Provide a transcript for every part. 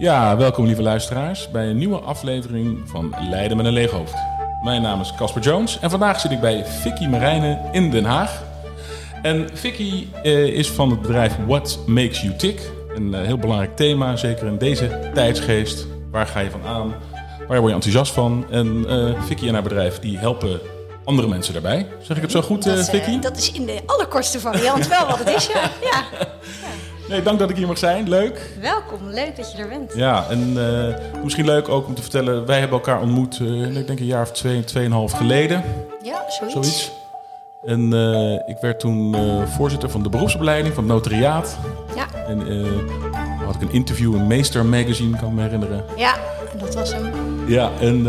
Ja, welkom lieve luisteraars bij een nieuwe aflevering van Leiden met een leeg hoofd. Mijn naam is Casper Jones en vandaag zit ik bij Vicky Marijnen in Den Haag. En Vicky is van het bedrijf What Makes You Tick. Een heel belangrijk thema, zeker in deze tijdsgeest. Waar ga je van aan? Waar word je enthousiast van? En Vicky en haar bedrijf die helpen andere mensen daarbij. Zeg ik het zo goed, Vicky? Dat is in de allerkortste variant wel wat het is, ja. Nee, dank dat ik hier mag zijn. Leuk. Welkom, leuk dat je er bent. Ja, en misschien leuk ook om te vertellen... wij hebben elkaar ontmoet, ik denk een jaar of 2,5 geleden. Ja, zoiets. En ik werd toen voorzitter van de beroepsopleiding van het notariaat. Ja. En had ik een interview in Meester Magazine, kan ik me herinneren. Ja, dat was hem. Ja, en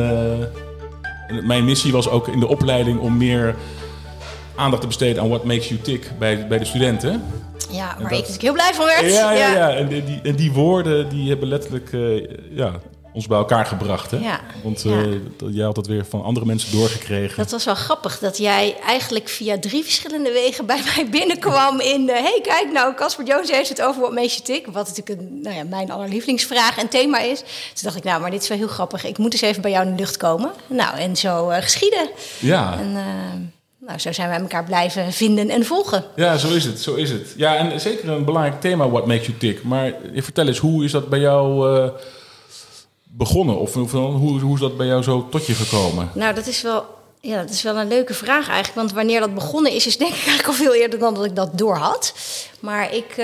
mijn missie was ook in de opleiding om meer aandacht te besteden aan What Makes You Tick bij de studenten. Ja, waar ik heel blij van werd. Ja. En die woorden die hebben letterlijk ons bij elkaar gebracht. Hè? Ja. Want jij had dat weer van andere mensen doorgekregen. Dat was wel grappig, dat jij eigenlijk via 3 verschillende wegen bij mij binnenkwam in... hey, kijk nou, Casper Jones heeft het over What Makes You Tick. Wat natuurlijk mijn allerlievelingsvraag en thema is. Toen dacht ik, maar dit is wel heel grappig. Ik moet eens even bij jou in de lucht komen. Nou, en zo geschieden. Ja. En zo zijn wij elkaar blijven vinden en volgen. Ja, zo is het. Ja, en zeker een belangrijk thema, What Makes You Tick. Maar vertel eens, hoe is dat bij jou begonnen? Of hoe is dat bij jou zo tot je gekomen? Nou, dat is wel een leuke vraag eigenlijk. Want wanneer dat begonnen is denk ik eigenlijk al veel eerder dan dat ik dat door had. Maar ik...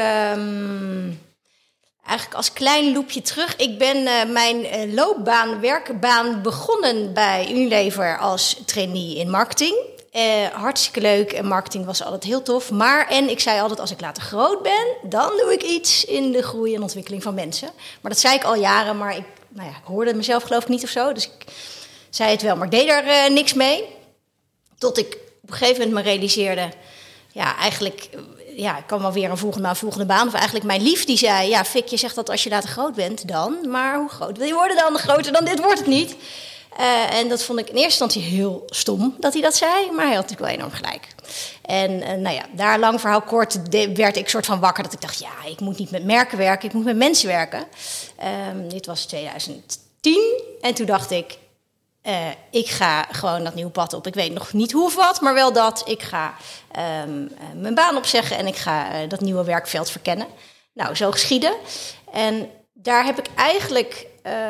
Eigenlijk als klein loopje terug. Ik ben mijn werkbaan begonnen bij Unilever als trainee in marketing. Hartstikke leuk en marketing was altijd heel tof. En ik zei altijd, als ik later groot ben, dan doe ik iets in de groei en ontwikkeling van mensen. Maar dat zei ik al jaren, maar ik hoorde mezelf geloof ik niet of zo. Dus ik zei het wel, maar ik deed er niks mee. Tot ik op een gegeven moment me realiseerde, ik kan wel weer een volgende baan. Of eigenlijk mijn lief die zei, Vic, je zegt dat als je later groot bent, dan. Maar hoe groot wil je worden dan? Groter dan dit wordt het niet. En dat vond ik in eerste instantie heel stom dat hij dat zei. Maar hij had natuurlijk wel enorm gelijk. En daar lang verhaal kort werd ik soort van wakker. Dat ik dacht, ik moet niet met merken werken. Ik moet met mensen werken. Dit was 2010. En toen dacht ik, ik ga gewoon dat nieuwe pad op. Ik weet nog niet hoe of wat, maar wel dat. Ik ga mijn baan opzeggen en ik ga dat nieuwe werkveld verkennen. Nou, zo geschieden. En daar heb ik eigenlijk...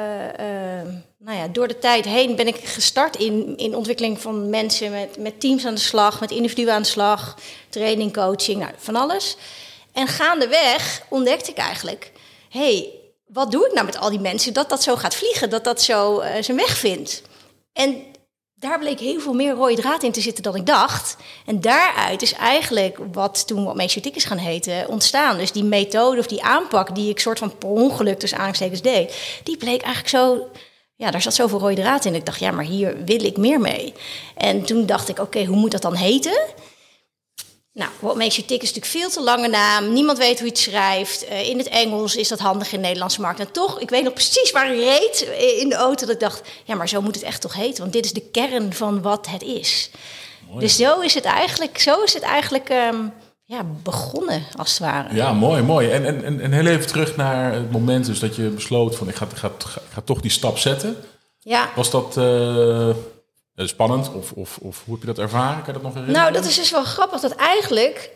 door de tijd heen ben ik gestart in ontwikkeling van mensen met teams aan de slag, met individuen aan de slag, training, coaching, van alles. En gaandeweg ontdekte ik eigenlijk, wat doe ik nou met al die mensen dat zo gaat vliegen, dat zo zijn weg vindt. En daar bleek heel veel meer rode draad in te zitten dan ik dacht. En daaruit is eigenlijk wat toen What Makes You Tick is gaan heten ontstaan. Dus die methode of die aanpak die ik soort van per ongeluk tussen aanstekens deed, die bleek eigenlijk zo... Ja, daar zat zoveel rode draad in. Ik dacht, maar hier wil ik meer mee. En toen dacht ik, oké, hoe moet dat dan heten? Nou, What Makes You Tick is natuurlijk veel te lange naam. Niemand weet hoe je het schrijft. In het Engels is dat handig in de Nederlandse markt. En toch, ik weet nog precies waar ik reed in de auto. Dat ik dacht, maar zo moet het echt toch heten. Want dit is de kern van wat het is. Mooi. Dus zo is het eigenlijk begonnen, als het ware. Ja, mooi. En heel even terug naar het moment dus dat je besloot van ik ga toch die stap zetten. Ja. Was dat spannend of hoe heb je dat ervaren? Kan je dat nog herinneren? Nou, dat is dus wel grappig. Dat eigenlijk...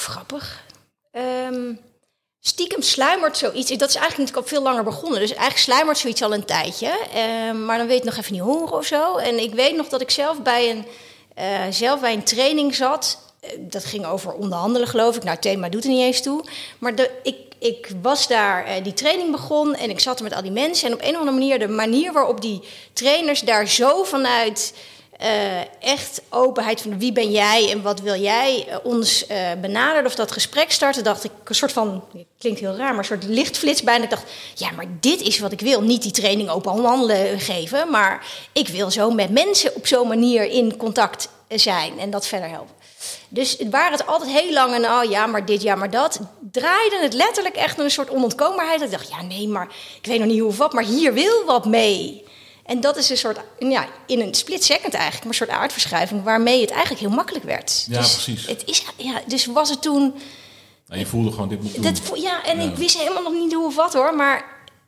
stiekem sluimert zoiets. Dat is eigenlijk natuurlijk al veel langer begonnen. Dus eigenlijk sluimert zoiets al een tijdje. Maar dan weet ik nog even niet horen of zo. En ik weet nog dat ik zelf bij een training zat. Dat ging over onderhandelen, geloof ik. Nou, het thema doet er niet eens toe. Maar ik was daar, die training begon en ik zat er met al die mensen. En op een of andere manier, de manier waarop die trainers daar zo vanuit echt openheid van wie ben jij en wat wil jij ons benaderden of dat gesprek starten, dacht ik een soort van, klinkt heel raar, maar een soort lichtflits bijna. Ik dacht, maar dit is wat ik wil. Niet die training open handelen geven, maar ik wil zo met mensen op zo'n manier in contact zijn en dat verder helpen. Dus het waren het altijd heel lang en maar dit, maar dat. Draaide het letterlijk echt naar een soort onontkoombaarheid. Ik dacht, maar ik weet nog niet hoe of wat, maar hier wil wat mee. En dat is een soort, in een split second eigenlijk, maar een soort aardverschuiving waarmee het eigenlijk heel makkelijk werd. Ja, dus precies. Dus was het toen... Je voelde gewoon, dit moet doen. Ik wist helemaal nog niet hoe of wat hoor, maar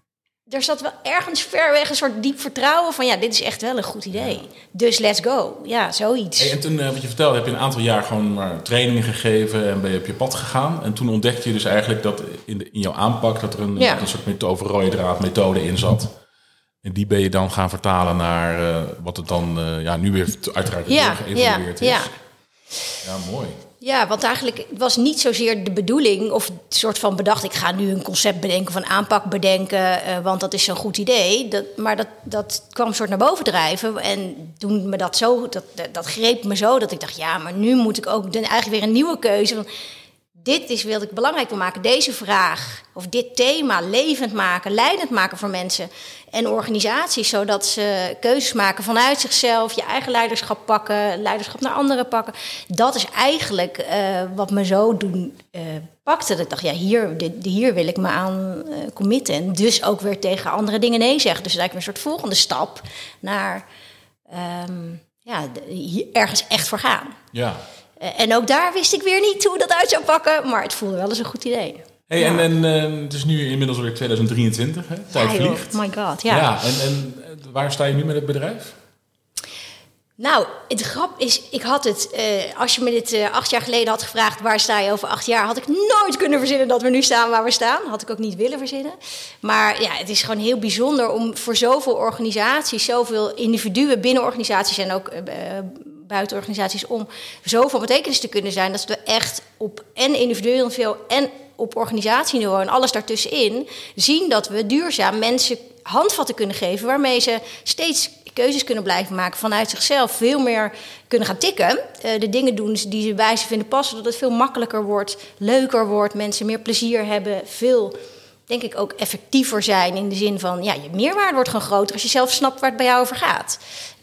er zat wel ergens ver weg een soort diep vertrouwen van... ja, dit is echt wel een goed idee. Ja. Dus let's go. Ja, zoiets. Hey, en toen, wat je vertelde, heb je een aantal jaar gewoon maar trainingen gegeven... en ben je op je pad gegaan. En toen ontdekte je dus eigenlijk dat in jouw aanpak... dat er een soort rode draad methode in zat. En die ben je dan gaan vertalen naar wat het dan nu weer uiteraard geëvalueerd is. Ja, mooi. Ja, want eigenlijk was niet zozeer de bedoeling of het soort van bedacht... ik ga nu een concept bedenken of een aanpak bedenken... want dat is zo'n goed idee. Maar dat kwam een soort naar boven drijven. En toen me dat greep me zo dat ik dacht... ja, maar nu moet ik ook eigenlijk weer een nieuwe keuze... Van, dit is wat ik belangrijk wil maken, deze vraag... of dit thema levend maken, leidend maken voor mensen... en organisaties, zodat ze keuzes maken vanuit zichzelf... je eigen leiderschap pakken, leiderschap naar anderen pakken. Dat is eigenlijk wat me zo doen pakte. Dat ik dacht, ja, hier wil ik me aan committen. En dus ook weer tegen andere dingen nee zeggen. Dus eigenlijk een soort volgende stap naar ergens echt voor gaan. Ja. En ook daar wist ik weer niet hoe dat uit zou pakken... maar het voelde wel eens een goed idee. Hey, ja. En het is nu inmiddels weer 2023, hè? Tijd vliegt. Oh my god, ja. Ja, en waar sta je nu met het bedrijf? Nou, het grap is, ik had het... als je me dit 8 jaar geleden had gevraagd... waar sta je over 8 jaar... had ik nooit kunnen verzinnen dat we nu staan waar we staan. Had ik ook niet willen verzinnen. Maar ja, het is gewoon heel bijzonder... om voor zoveel organisaties... zoveel individuen binnen organisaties... en ook buiten organisaties... om zoveel betekenis te kunnen zijn... dat we echt op en individueel niveau... en op organisatieniveau en alles daartussenin... zien dat we duurzaam mensen handvatten kunnen geven... waarmee ze steeds keuzes kunnen blijven maken vanuit zichzelf... veel meer kunnen gaan tikken. De dingen doen die ze bij ze vinden passen... dat het veel makkelijker wordt, leuker wordt... mensen meer plezier hebben, veel... denk ik ook effectiever zijn in de zin van... ja, je meerwaarde wordt gewoon groter... als je zelf snapt waar het bij jou over gaat.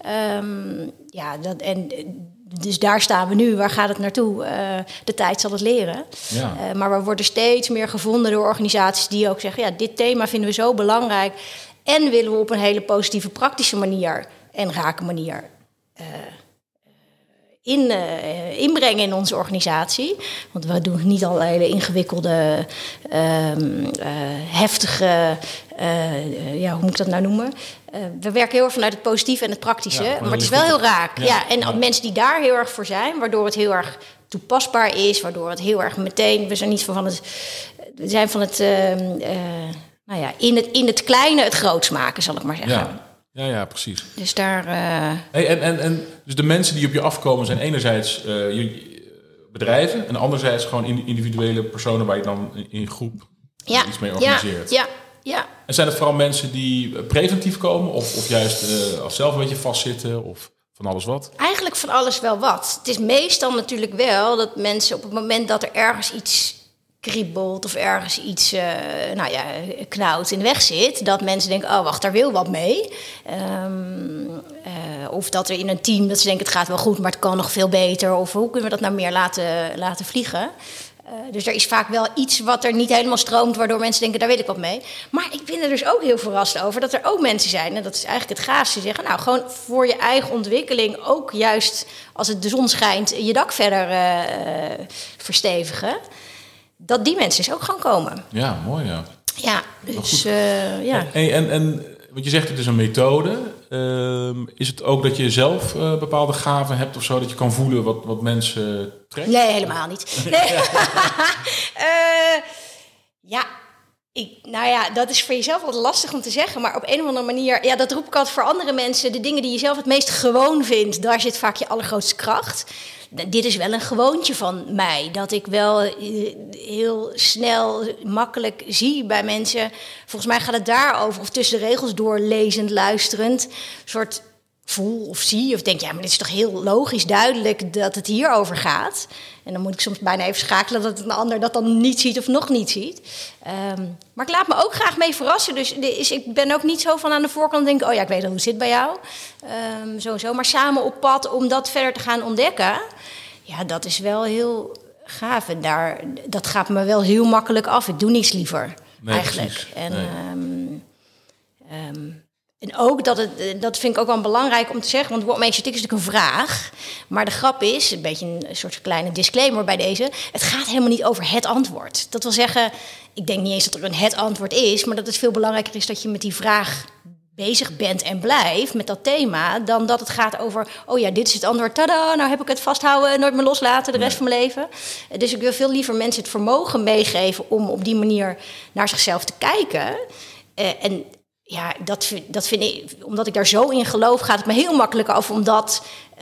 Dus daar staan we nu. Waar gaat het naartoe? De tijd zal het leren. Ja. Maar we worden steeds meer gevonden door organisaties... die ook zeggen, ja, dit thema vinden we zo belangrijk... en willen we op een hele positieve, praktische manier... en rake manier... inbrengen in onze organisatie. Want we doen niet al hele ingewikkelde, heftige... hoe moet ik dat nou noemen? We werken heel erg vanuit het positieve en het praktische. Maar het is wel heel raak. Ja. En mensen die daar heel erg voor zijn... waardoor het heel erg toepasbaar is... waardoor het heel erg meteen... We zijn niet van het... We zijn van het... in het kleine het groots maken, zal ik maar zeggen. Ja, precies. Dus daar... Hey, dus de mensen die op je afkomen zijn enerzijds bedrijven... en anderzijds gewoon individuele personen waar je dan in groep iets mee organiseert. Ja. En zijn het vooral mensen die preventief komen of juist als zelf een beetje vastzitten of van alles wat? Eigenlijk van alles wel wat. Het is meestal natuurlijk wel dat mensen op het moment dat er ergens iets kriebelt of ergens iets knauwt in de weg zit... dat mensen denken, oh wacht, daar wil wat mee. Of dat er in een team dat ze denken, het gaat wel goed... maar het kan nog veel beter. Of hoe kunnen we dat nou meer laten vliegen? Dus er is vaak wel iets wat er niet helemaal stroomt... waardoor mensen denken, daar wil ik wat mee. Maar ik ben er dus ook heel verrast over dat er ook mensen zijn... en dat is eigenlijk het gaafste, die zeggen... nou, gewoon voor je eigen ontwikkeling... ook juist als het de zon schijnt... je dak verder verstevigen... dat die mensen dus ook gaan komen. Ja, mooi, ja. Ja, dus En wat je zegt, het is een methode. Is het ook dat je zelf bepaalde gaven hebt of zo... dat je kan voelen wat mensen trekt? Nee, helemaal niet. Nee. Dat is voor jezelf wat lastig om te zeggen. Maar op een of andere manier... Ja, dat roep ik altijd voor andere mensen. De dingen die je zelf het meest gewoon vindt... daar zit vaak je allergrootste kracht. Dit is wel een gewoontje van mij. Dat ik wel heel snel, makkelijk zie bij mensen. Volgens mij gaat het daarover. Of tussen de regels door, lezend, luisterend. Een soort voel of zie. Of denk, ja, maar dit is toch heel logisch, duidelijk dat het hierover gaat. En dan moet ik soms bijna even schakelen dat een ander dat dan niet ziet of nog niet ziet. Maar ik laat me ook graag mee verrassen. Dus ik ben ook niet zo van aan de voorkant denken... oh ja, ik weet al hoe het zit bij jou. Sowieso. Maar samen op pad om dat verder te gaan ontdekken... ja, dat is wel heel gaaf. En dat gaat me wel heel makkelijk af. Ik doe niets liever, eigenlijk. Precies. En En ook dat vind ik ook wel belangrijk om te zeggen, want what makes you tick is natuurlijk een vraag. Maar de grap is, een beetje een soort kleine disclaimer bij deze, het gaat helemaal niet over het antwoord. Dat wil zeggen, ik denk niet eens dat er een het antwoord is, maar dat het veel belangrijker is dat je met die vraag bezig bent en blijft met dat thema, dan dat het gaat over, oh ja, dit is het antwoord, tada, nou heb ik het vasthouden en nooit meer loslaten de rest van mijn leven. Dus ik wil veel liever mensen het vermogen meegeven om op die manier naar zichzelf te kijken. En ja, dat vind ik, omdat ik daar zo in geloof, gaat het me heel makkelijk over om dat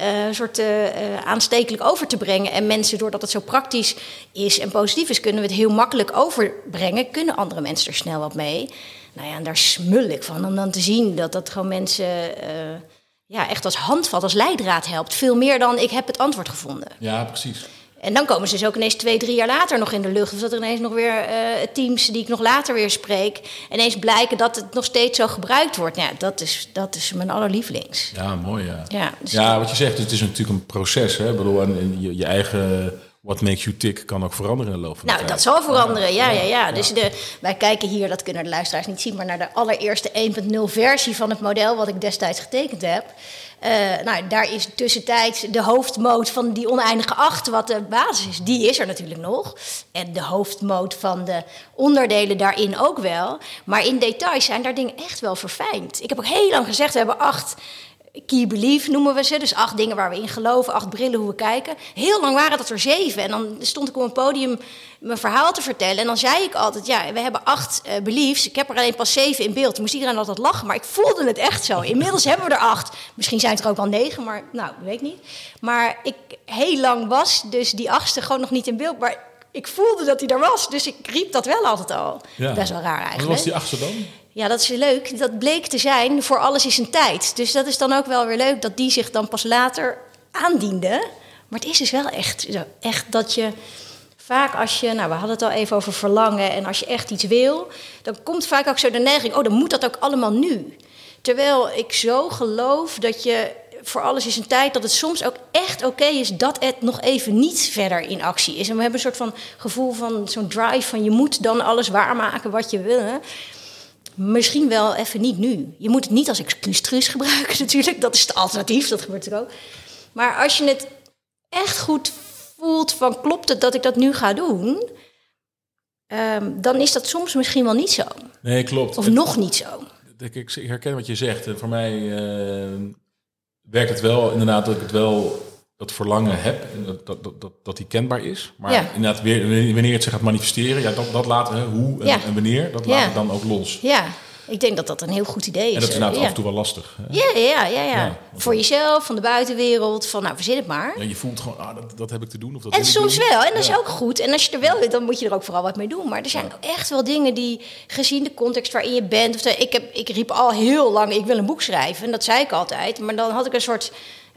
aanstekelijk over te brengen. En mensen, doordat het zo praktisch is en positief is, kunnen we het heel makkelijk overbrengen. Kunnen andere mensen er snel wat mee? Nou ja, en daar smul ik van. Om dan te zien dat gewoon mensen echt als handvat, als leidraad helpt. Veel meer dan ik heb het antwoord gevonden. Ja, precies. En dan komen ze dus ook ineens 2-3 jaar later nog in de lucht. Of dat er ineens nog weer teams die ik nog later weer spreek, ineens blijken dat het nog steeds zo gebruikt wordt. Nou ja, dat is mijn allerlievelings. Ja, mooi ja. Dus wat je zegt, het is natuurlijk een proces. Hè? Ik bedoel, en je eigen what makes you tick kan ook veranderen in de loop van de tijd. Nou, dat zal veranderen, ja. Dus wij kijken hier, dat kunnen de luisteraars niet zien, maar naar de allereerste 1.0 versie van het model wat ik destijds getekend heb. Daar is tussentijds de hoofdmoot van die oneindige 8, wat de basis is, die is er natuurlijk nog. En de hoofdmoot van de onderdelen daarin ook wel. Maar in details zijn daar dingen echt wel verfijnd. Ik heb ook heel lang gezegd, we hebben 8 key belief noemen we ze. Dus 8 dingen waar we in geloven, 8 brillen hoe we kijken. Heel lang waren dat er 7. En dan stond ik op een podium mijn verhaal te vertellen. En dan zei ik altijd, we hebben 8 beliefs. Ik heb er alleen pas 7 in beeld. Toen moest iedereen altijd lachen, maar ik voelde het echt zo. Inmiddels hebben we er 8. Misschien zijn het er ook wel 9, maar weet ik niet. Maar heel lang was dus die 8e gewoon nog niet in beeld. Maar ik voelde dat hij er was. Dus ik riep dat wel altijd al. Ja. Best wel raar eigenlijk. Wat was die 8e dan? Ja, dat is leuk. Dat bleek te zijn, voor alles is een tijd. Dus dat is dan ook wel weer leuk dat die zich dan pas later aandiende. Maar het is dus wel echt dat je vaak als je, we hadden het al even over verlangen, en als je echt iets wil, dan komt vaak ook zo de neiging, dan moet dat ook allemaal nu. Terwijl ik zo geloof dat je, voor alles is een tijd, dat het soms ook echt oké is dat het nog even niet verder in actie is. En we hebben een soort van gevoel van zo'n drive van je moet dan alles waarmaken wat je wil. Hè? Misschien wel even niet nu. Je moet het niet als excuus gebruiken natuurlijk. Dat is het alternatief, dat gebeurt er ook. Maar als je het echt goed voelt van klopt het dat ik dat nu ga doen, dan is dat soms misschien wel niet zo. Nee, klopt. Of nog niet zo. Ik herken wat je zegt. Voor mij werkt het wel inderdaad dat ik dat verlangen heb. En dat die kenbaar is. Maar inderdaad, wanneer het zich gaat manifesteren, dat laten, hoe en wanneer, dat laat ik dan ook los. Ja. Ik denk dat dat een heel goed idee is. En dat is inderdaad af en toe wel lastig. Ja. Voor jezelf, van de buitenwereld, van verzin het maar. Ja, je voelt gewoon, dat heb ik te doen. Of dat en soms doen. Wel, en dat is ook goed. En als je er wel weet, dan moet je er ook vooral wat mee doen. Maar er zijn ook echt wel dingen die, gezien de context waarin je bent. Ik riep al heel lang, ik wil een boek schrijven. En dat zei ik altijd. Maar dan had ik een soort,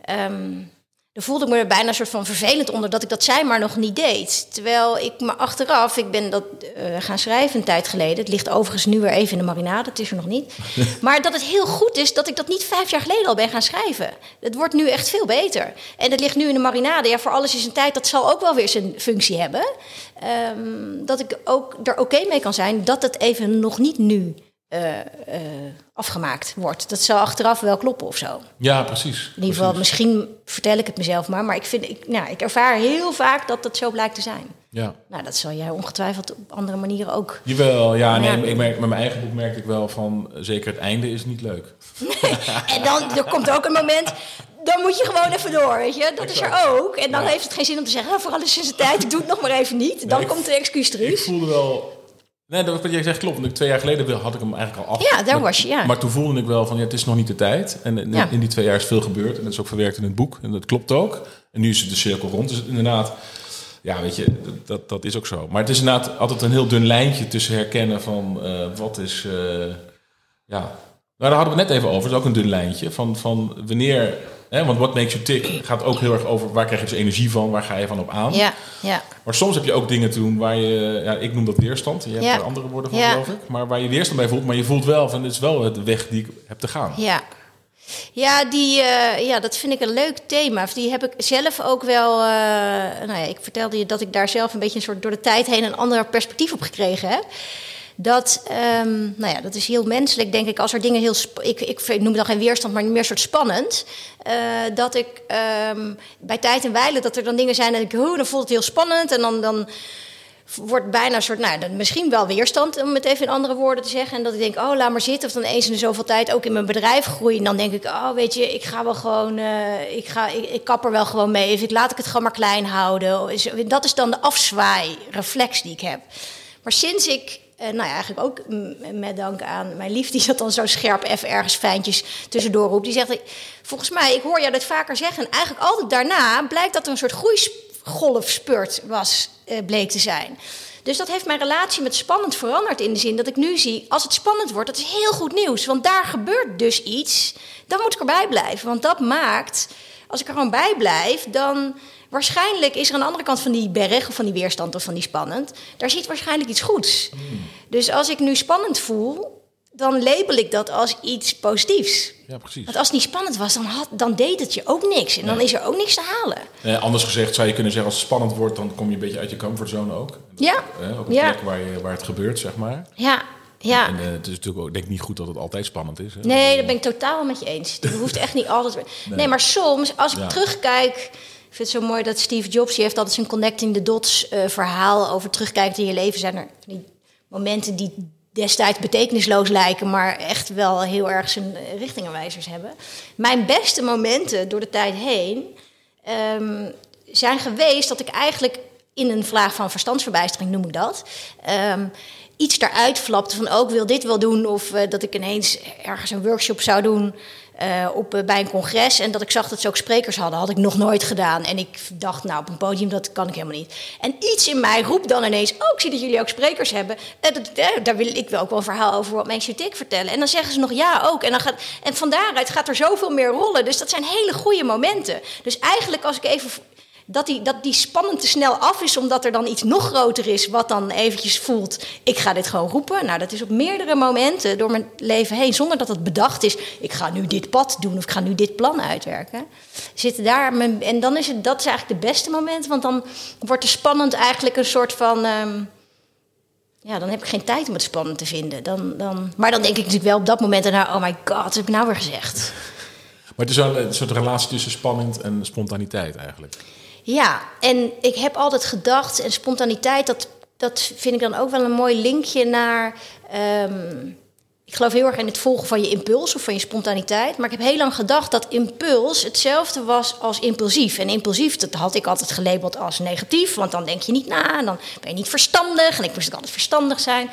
dan voelde ik me er bijna een soort van vervelend onder dat ik dat zei, maar nog niet deed. Terwijl ik me achteraf, ik ben dat gaan schrijven een tijd geleden. Het ligt overigens nu weer even in de marinade, het is er nog niet. Maar dat het heel goed is dat ik dat niet 5 jaar geleden al ben gaan schrijven. Het wordt nu echt veel beter. En het ligt nu in de marinade. Ja, voor alles is een tijd, dat zal ook wel weer zijn functie hebben. Dat ik ook er oké mee kan zijn dat het even nog niet nu afgemaakt wordt. Dat zou achteraf wel kloppen of zo. Ja, precies. In ieder geval, misschien vertel ik het mezelf maar ik ervaar heel vaak dat dat zo blijkt te zijn. Ja. Nou, dat zal jij ongetwijfeld op andere manieren ook. Jawel, ja, ik merk, met mijn eigen boek merk ik wel van, zeker het einde is niet leuk. Nee. En dan er komt ook een moment, dan moet je gewoon even door, weet je. Dat exact. Is er ook. En dan heeft het geen zin om te zeggen, voor alles is een tijd, ik doe het nog maar even niet. Dan komt de excuus terug. Ik voelde wel. Nee, wat jij zegt klopt. Want 2 jaar geleden had ik hem eigenlijk al af. Ja, daar was je, ja. Maar toen voelde ik wel van, het is nog niet de tijd. En in die 2 jaar is veel gebeurd. En dat is ook verwerkt in het boek. En dat klopt ook. En nu is het de cirkel rond. Dus inderdaad, ja, weet je, dat is ook zo. Maar het is inderdaad altijd een heel dun lijntje tussen herkennen van wat is. Nou, daar hadden we net even over. Dat is ook een dun lijntje. Van wanneer. Want what makes you tick gaat ook heel erg over waar krijg je dus energie van, waar ga je van op aan. Ja. Maar soms heb je ook dingen te doen waar je, ik noem dat weerstand. Je hebt er andere woorden van, geloof ik. Maar waar je weerstand bij voelt, maar je voelt wel van, dit is wel de weg die ik heb te gaan. Ja, dat vind ik een leuk thema. Die heb ik zelf ook wel. Ik vertelde je dat ik daar zelf een beetje een soort door de tijd heen een ander perspectief op gekregen heb. Dat is heel menselijk, denk ik. Als er dingen ik noem het dan geen weerstand, maar meer soort spannend. Dat ik bij tijd en wijle, dat er dan dingen zijn... en dan voelt het heel spannend en dan wordt bijna een soort... misschien wel weerstand, om het even in andere woorden te zeggen. En dat ik denk, laat maar zitten. Of dan eens in de zoveel tijd ook in mijn bedrijf groeien. En dan denk ik, weet je, ik ga wel gewoon... Ik kap er wel gewoon mee. Of laat ik het gewoon maar klein houden. Dat is dan de afzwaaireflex die ik heb. Maar sinds ik... eigenlijk ook met dank aan mijn lief... die dat dan zo scherp even ergens fijntjes tussendoor roept. Die zegt, volgens mij, ik hoor jou dat vaker zeggen... en eigenlijk altijd daarna blijkt dat er een soort groeigolfspurt bleek te zijn. Dus dat heeft mijn relatie met spannend veranderd... in de zin dat ik nu zie, als het spannend wordt... dat is heel goed nieuws, want daar gebeurt dus iets... dan moet ik erbij blijven, want dat maakt... als ik er gewoon bij blijf, dan... waarschijnlijk is er aan de andere kant van die berg... of van die weerstand of van die spannend... daar zit waarschijnlijk iets goeds. Dus als ik nu spannend voel... dan label ik dat als iets positiefs. Ja, precies. Want als het niet spannend was, dan deed het je ook niks. En dan is er ook niks te halen. Anders gezegd zou je kunnen zeggen... als het spannend wordt, dan kom je een beetje uit je comfortzone ook. Ja. Op een plek waar het gebeurt, zeg maar. Ja. Ja. En het is natuurlijk ook, denk ik, niet goed dat het altijd spannend is. Hè? Nee, dat ben ik totaal met je eens. Je hoeft echt niet altijd... Nee, maar soms, als ik terugkijk... Ik vind het zo mooi dat Steve Jobs... die heeft altijd zijn Connecting the Dots verhaal... over terugkijken in je leven. Zijn er die momenten die destijds betekenisloos lijken... maar echt wel heel erg zijn richtingenwijzers hebben. Mijn beste momenten door de tijd heen... zijn geweest dat ik eigenlijk... in een vlaag van verstandsverbijstering noem ik dat... iets daaruit flapte van ook wil dit wel doen... of dat ik ineens ergens een workshop zou doen... bij een congres en dat ik zag dat ze ook sprekers hadden, had ik nog nooit gedaan. En ik dacht, op een podium, dat kan ik helemaal niet. En iets in mij roept dan ineens, ik zie dat jullie ook sprekers hebben. Daar wil ik wel ook wel een verhaal over What Makes You Tick vertellen. En dan zeggen ze nog ja ook. En van daaruit gaat er zoveel meer rollen. Dus dat zijn hele goede momenten. Dus eigenlijk als ik even... Dat die spannend te snel af is, omdat er dan iets nog groter is... wat dan eventjes voelt, ik ga dit gewoon roepen. Dat is op meerdere momenten door mijn leven heen... zonder dat het bedacht is, ik ga nu dit pad doen... of ik ga nu dit plan uitwerken. Zitten daar en dan dat is eigenlijk de beste moment... want dan wordt de spannend eigenlijk een soort van... dan heb ik geen tijd om het spannend te vinden. Maar dan denk ik natuurlijk wel op dat moment... oh my god, wat heb ik nou weer gezegd? Maar het is wel een soort relatie tussen spannend en spontaniteit eigenlijk. Ja, en ik heb altijd gedacht, en spontaniteit, dat vind ik dan ook wel een mooi linkje naar... ik geloof heel erg in het volgen van je impuls of van je spontaniteit. Maar ik heb heel lang gedacht dat impuls hetzelfde was als impulsief. En impulsief, dat had ik altijd gelabeld als negatief. Want dan denk je niet na, en dan ben je niet verstandig. En ik moest ook altijd verstandig zijn.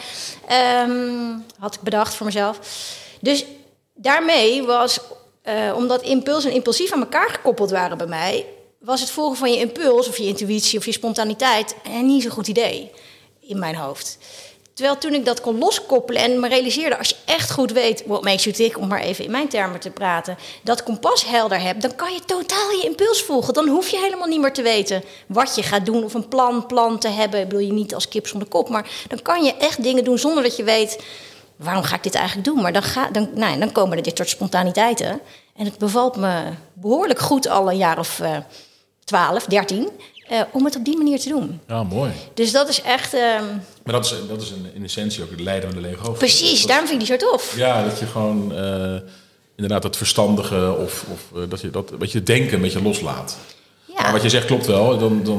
Had ik bedacht voor mezelf. Dus daarmee was, omdat impuls en impulsief aan elkaar gekoppeld waren bij mij... was het volgen van je impuls of je intuïtie of je spontaniteit niet zo'n goed idee in mijn hoofd. Terwijl toen ik dat kon loskoppelen en me realiseerde... als je echt goed weet, what makes you tick, om maar even in mijn termen te praten... dat kompas helder hebt, dan kan je totaal je impuls volgen. Dan hoef je helemaal niet meer te weten wat je gaat doen... of een plan te hebben. Ik bedoel je niet als kip zonder kop, maar dan kan je echt dingen doen... zonder dat je weet, waarom ga ik dit eigenlijk doen? Maar dan komen er dit soort spontaniteiten. En het bevalt me behoorlijk goed al een jaar of 12, 13... om het op die manier te doen. Ja, mooi. Dus dat is echt... Maar dat is in essentie ook het leiden van de lege hoofd. Precies, daarom vind ik die zo tof. Ja, dat je gewoon inderdaad het verstandige of dat je denken een beetje loslaat. Ja. Maar wat je zegt klopt wel.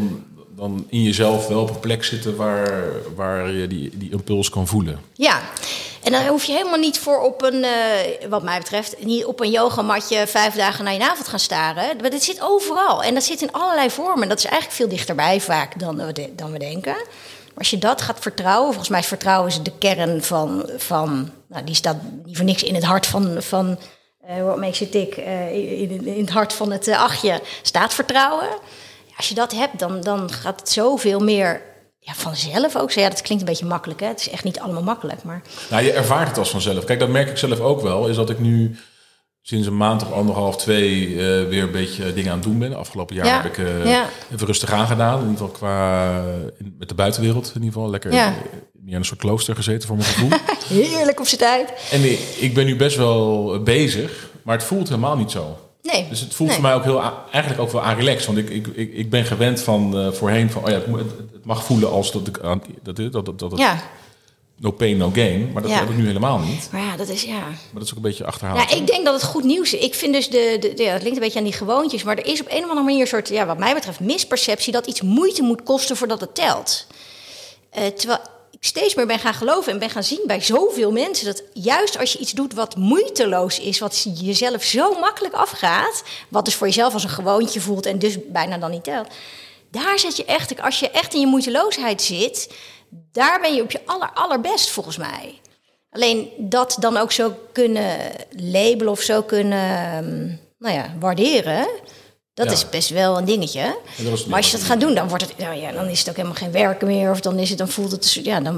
Dan in jezelf wel op een plek zitten waar je die impuls kan voelen. Ja, en dan hoef je helemaal niet voor op een, wat mij betreft, niet op een yogamatje 5 dagen naar je navel te gaan staren. Maar dit zit overal en dat zit in allerlei vormen. Dat is eigenlijk veel dichterbij vaak dan we denken. Maar als je dat gaat vertrouwen, volgens mij is vertrouwen is de kern van die staat niet voor niks in het hart van What Makes You Tick, in het hart van het achtje staat vertrouwen. Als je dat hebt, dan gaat het zoveel meer vanzelf ook. Ja, dat klinkt een beetje makkelijk, hè? Het is echt niet allemaal makkelijk. Maar... Nou, je ervaart het als vanzelf. Kijk, dat merk ik zelf ook wel. Is dat ik nu sinds een maand of 1,5, 2 weer een beetje dingen aan het doen ben. Afgelopen jaar heb ik even rustig aangedaan. In ieder geval met de buitenwereld. In ieder geval lekker in een soort klooster gezeten voor mijn gevoel. Heerlijk op zijn tijd. En ik ben nu best wel bezig, maar het voelt helemaal niet zo. Nee. Dus het voelt voor mij ook eigenlijk ook wel aan relaxed. Want ik ben gewend van voorheen van het mag voelen als dat het no pain, no gain. Maar dat heb ik nu helemaal niet. Maar ja, dat is Maar dat is ook een beetje achterhaald. Ja, ik denk dat het goed nieuws is. Ik vind dus het linkt een beetje aan die gewoontjes. Maar er is op een of andere manier een soort, wat mij betreft, misperceptie dat iets moeite moet kosten voordat het telt. Terwijl ik steeds meer ben gaan geloven en ben gaan zien bij zoveel mensen dat juist als je iets doet wat moeiteloos is, wat jezelf zo makkelijk afgaat, wat dus voor jezelf als een gewoontje voelt en dus bijna dan niet telt, daar zet je echt, als je echt in je moeiteloosheid zit, daar ben je op je allerbest volgens mij. Alleen dat dan ook zo kunnen labelen of zo kunnen waarderen, dat is best wel een dingetje. Maar als je dat gaat doen, dan wordt het, dan is het ook helemaal geen werken meer. Of dan voelt het,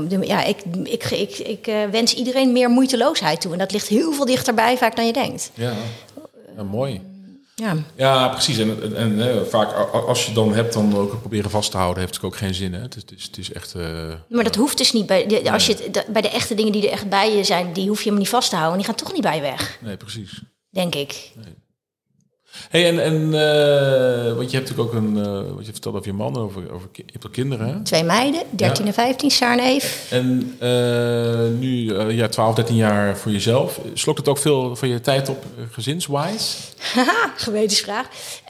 ik wens iedereen meer moeiteloosheid toe. En dat ligt heel veel dichterbij vaak dan je denkt. Ja mooi. Ja, precies. En vaak als je dan hebt, dan ook proberen vast te houden, heeft het ook geen zin. Hè? Het is echt. Maar dat hoeft dus niet bij de echte dingen die er echt bij je zijn, die hoef je helemaal niet vast te houden. Die gaan toch niet bij je weg. Nee, precies. Denk ik. Nee. Hey, want je hebt natuurlijk ook wat je vertelde over je man, je hebt ook kinderen, hè? 2 meiden, 13 en 15, Saar en Eve. En nu 12, 13 jaar voor jezelf. Slokt het ook veel van je tijd op gezinswise? Haha, gewetensvraag.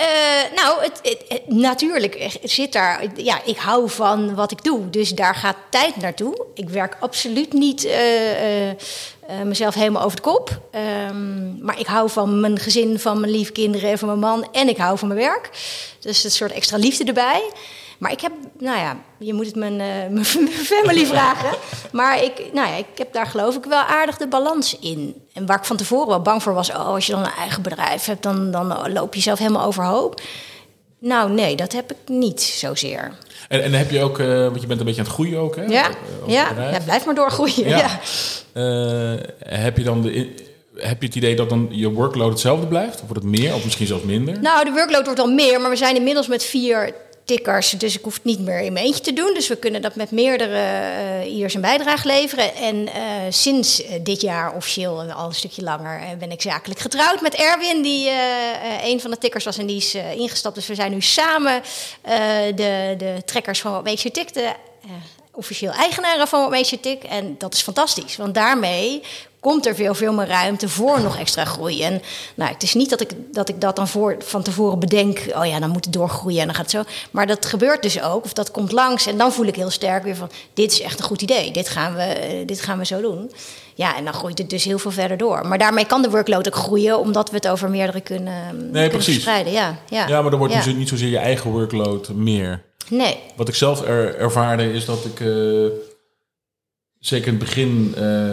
Natuurlijk zit daar. Ja, ik hou van wat ik doe, dus daar gaat tijd naartoe. Ik werk absoluut niet mezelf helemaal over de kop. Maar ik hou van mijn gezin, van mijn lieve kinderen en van mijn man. En ik hou van mijn werk. Dus een soort extra liefde erbij. Maar ik heb, je moet het mijn family vragen. Maar ik heb daar geloof ik wel aardig de balans in. En waar ik van tevoren wel bang voor was, als je dan een eigen bedrijf hebt, dan loop je zelf helemaal overhoop. Nou, nee, dat heb ik niet zozeer. En heb je ook, want je bent een beetje aan het groeien ook, hè? Ja, blijf maar doorgroeien. Ja. Heb je het idee dat dan je workload hetzelfde blijft? Of wordt het meer, of misschien zelfs minder? Nou, de workload wordt al meer, maar we zijn inmiddels met 4 tikkers, dus ik hoef het niet meer in mijn eentje te doen. Dus we kunnen dat met meerdere ieder zijn bijdrage leveren. En sinds dit jaar, officieel al een stukje langer, ben ik zakelijk getrouwd met Erwin, die een van de tikkers was en die is ingestapt. Dus we zijn nu samen de trekkers van What Makes You Tick, de officieel eigenaren van What Makes You Tick. En dat is fantastisch, want daarmee komt er veel meer ruimte voor nog extra groei. En het is niet dat ik dat dan van tevoren bedenk, dan moet het doorgroeien en dan gaat het zo. Maar dat gebeurt dus ook, of dat komt langs. En dan voel ik heel sterk weer van, dit is echt een goed idee. Dit gaan we zo doen. Ja, en dan groeit het dus heel veel verder door. Maar daarmee kan de workload ook groeien, omdat we het over meerdere kunnen verspreiden. Ja, maar dan wordt dus niet zozeer je eigen workload meer. Nee. Wat ik zelf ervaarde is dat ik zeker in het begin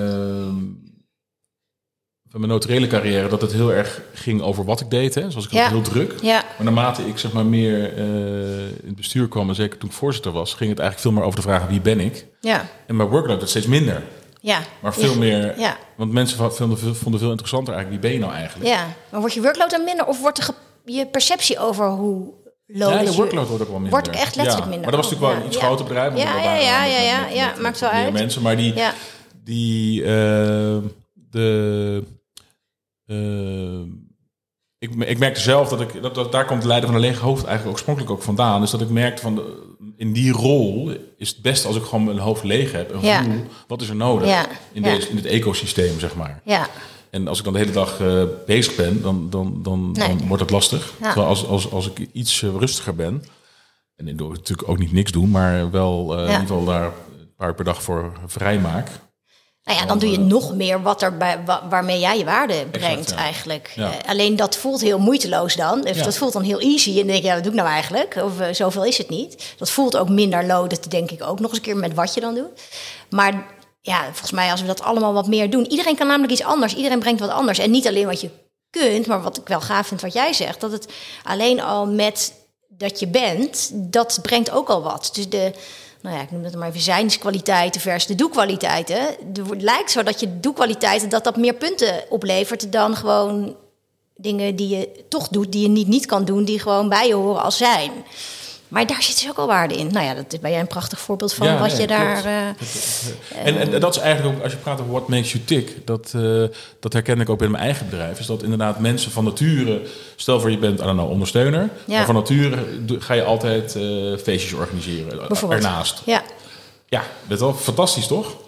van mijn notariële carrière, dat het heel erg ging over wat ik deed. Hè. Zoals ik had heel druk. Ja. Maar naarmate ik zeg maar meer in het bestuur kwam, en zeker toen ik voorzitter was, ging het eigenlijk veel meer over de vraag, wie ben ik? Ja. En mijn workload werd steeds minder. Ja. Maar veel meer. Ja. Want mensen vonden veel interessanter eigenlijk, wie ben je nou eigenlijk? Ja. Maar wordt je workload dan minder of wordt je perceptie over hoe de workload wordt ook wel minder. Wordt ook echt letterlijk minder. Maar dat was natuurlijk wel een iets groter bedrijf. Ja, maakt wel uit. Mensen, maar ik merkte zelf dat daar komt de leider van de lege hoofd eigenlijk oorspronkelijk ook vandaan. Dus dat ik merkte van in die rol is het best als ik gewoon mijn hoofd leeg heb en voel wat is er nodig in dit ecosysteem, zeg maar. Ja. En als ik dan de hele dag bezig ben, dan wordt het lastig. Ja. Terwijl als ik iets rustiger ben, en ik doe natuurlijk ook niet niks doen, maar wel in ieder geval daar een paar per dag voor vrij maak. Dan doe je nog meer waarmee jij je waarde brengt eigenlijk. Ja. Alleen dat voelt heel moeiteloos dan. Dus dat voelt dan heel easy. En dan denk je, wat doe ik nou eigenlijk? Of zoveel is het niet. Dat voelt ook minder loaded, denk ik ook. Nog eens een keer met wat je dan doet. Maar volgens mij als we dat allemaal wat meer doen. Iedereen kan namelijk iets anders. Iedereen brengt wat anders. En niet alleen wat je kunt, maar wat ik wel gaaf vind wat jij zegt. Dat het alleen al met dat je bent, dat brengt ook al wat. Dus ik noem het maar even zijnskwaliteiten versus de doekwaliteiten. Het lijkt zo dat je doekwaliteiten, dat meer punten oplevert dan gewoon dingen die je toch doet, die je niet kan doen, die gewoon bij je horen als zijn. Maar daar zit dus ook al waarde in. Dat ben jij een prachtig voorbeeld van wat je daar. En dat is eigenlijk ook, als je praat over what makes you tick, dat herken ik ook in mijn eigen bedrijf. Is dat inderdaad mensen van nature, stel voor je bent ondersteuner, maar van nature ga je altijd feestjes organiseren ernaast. Ja, dat is wel fantastisch, toch? Ja,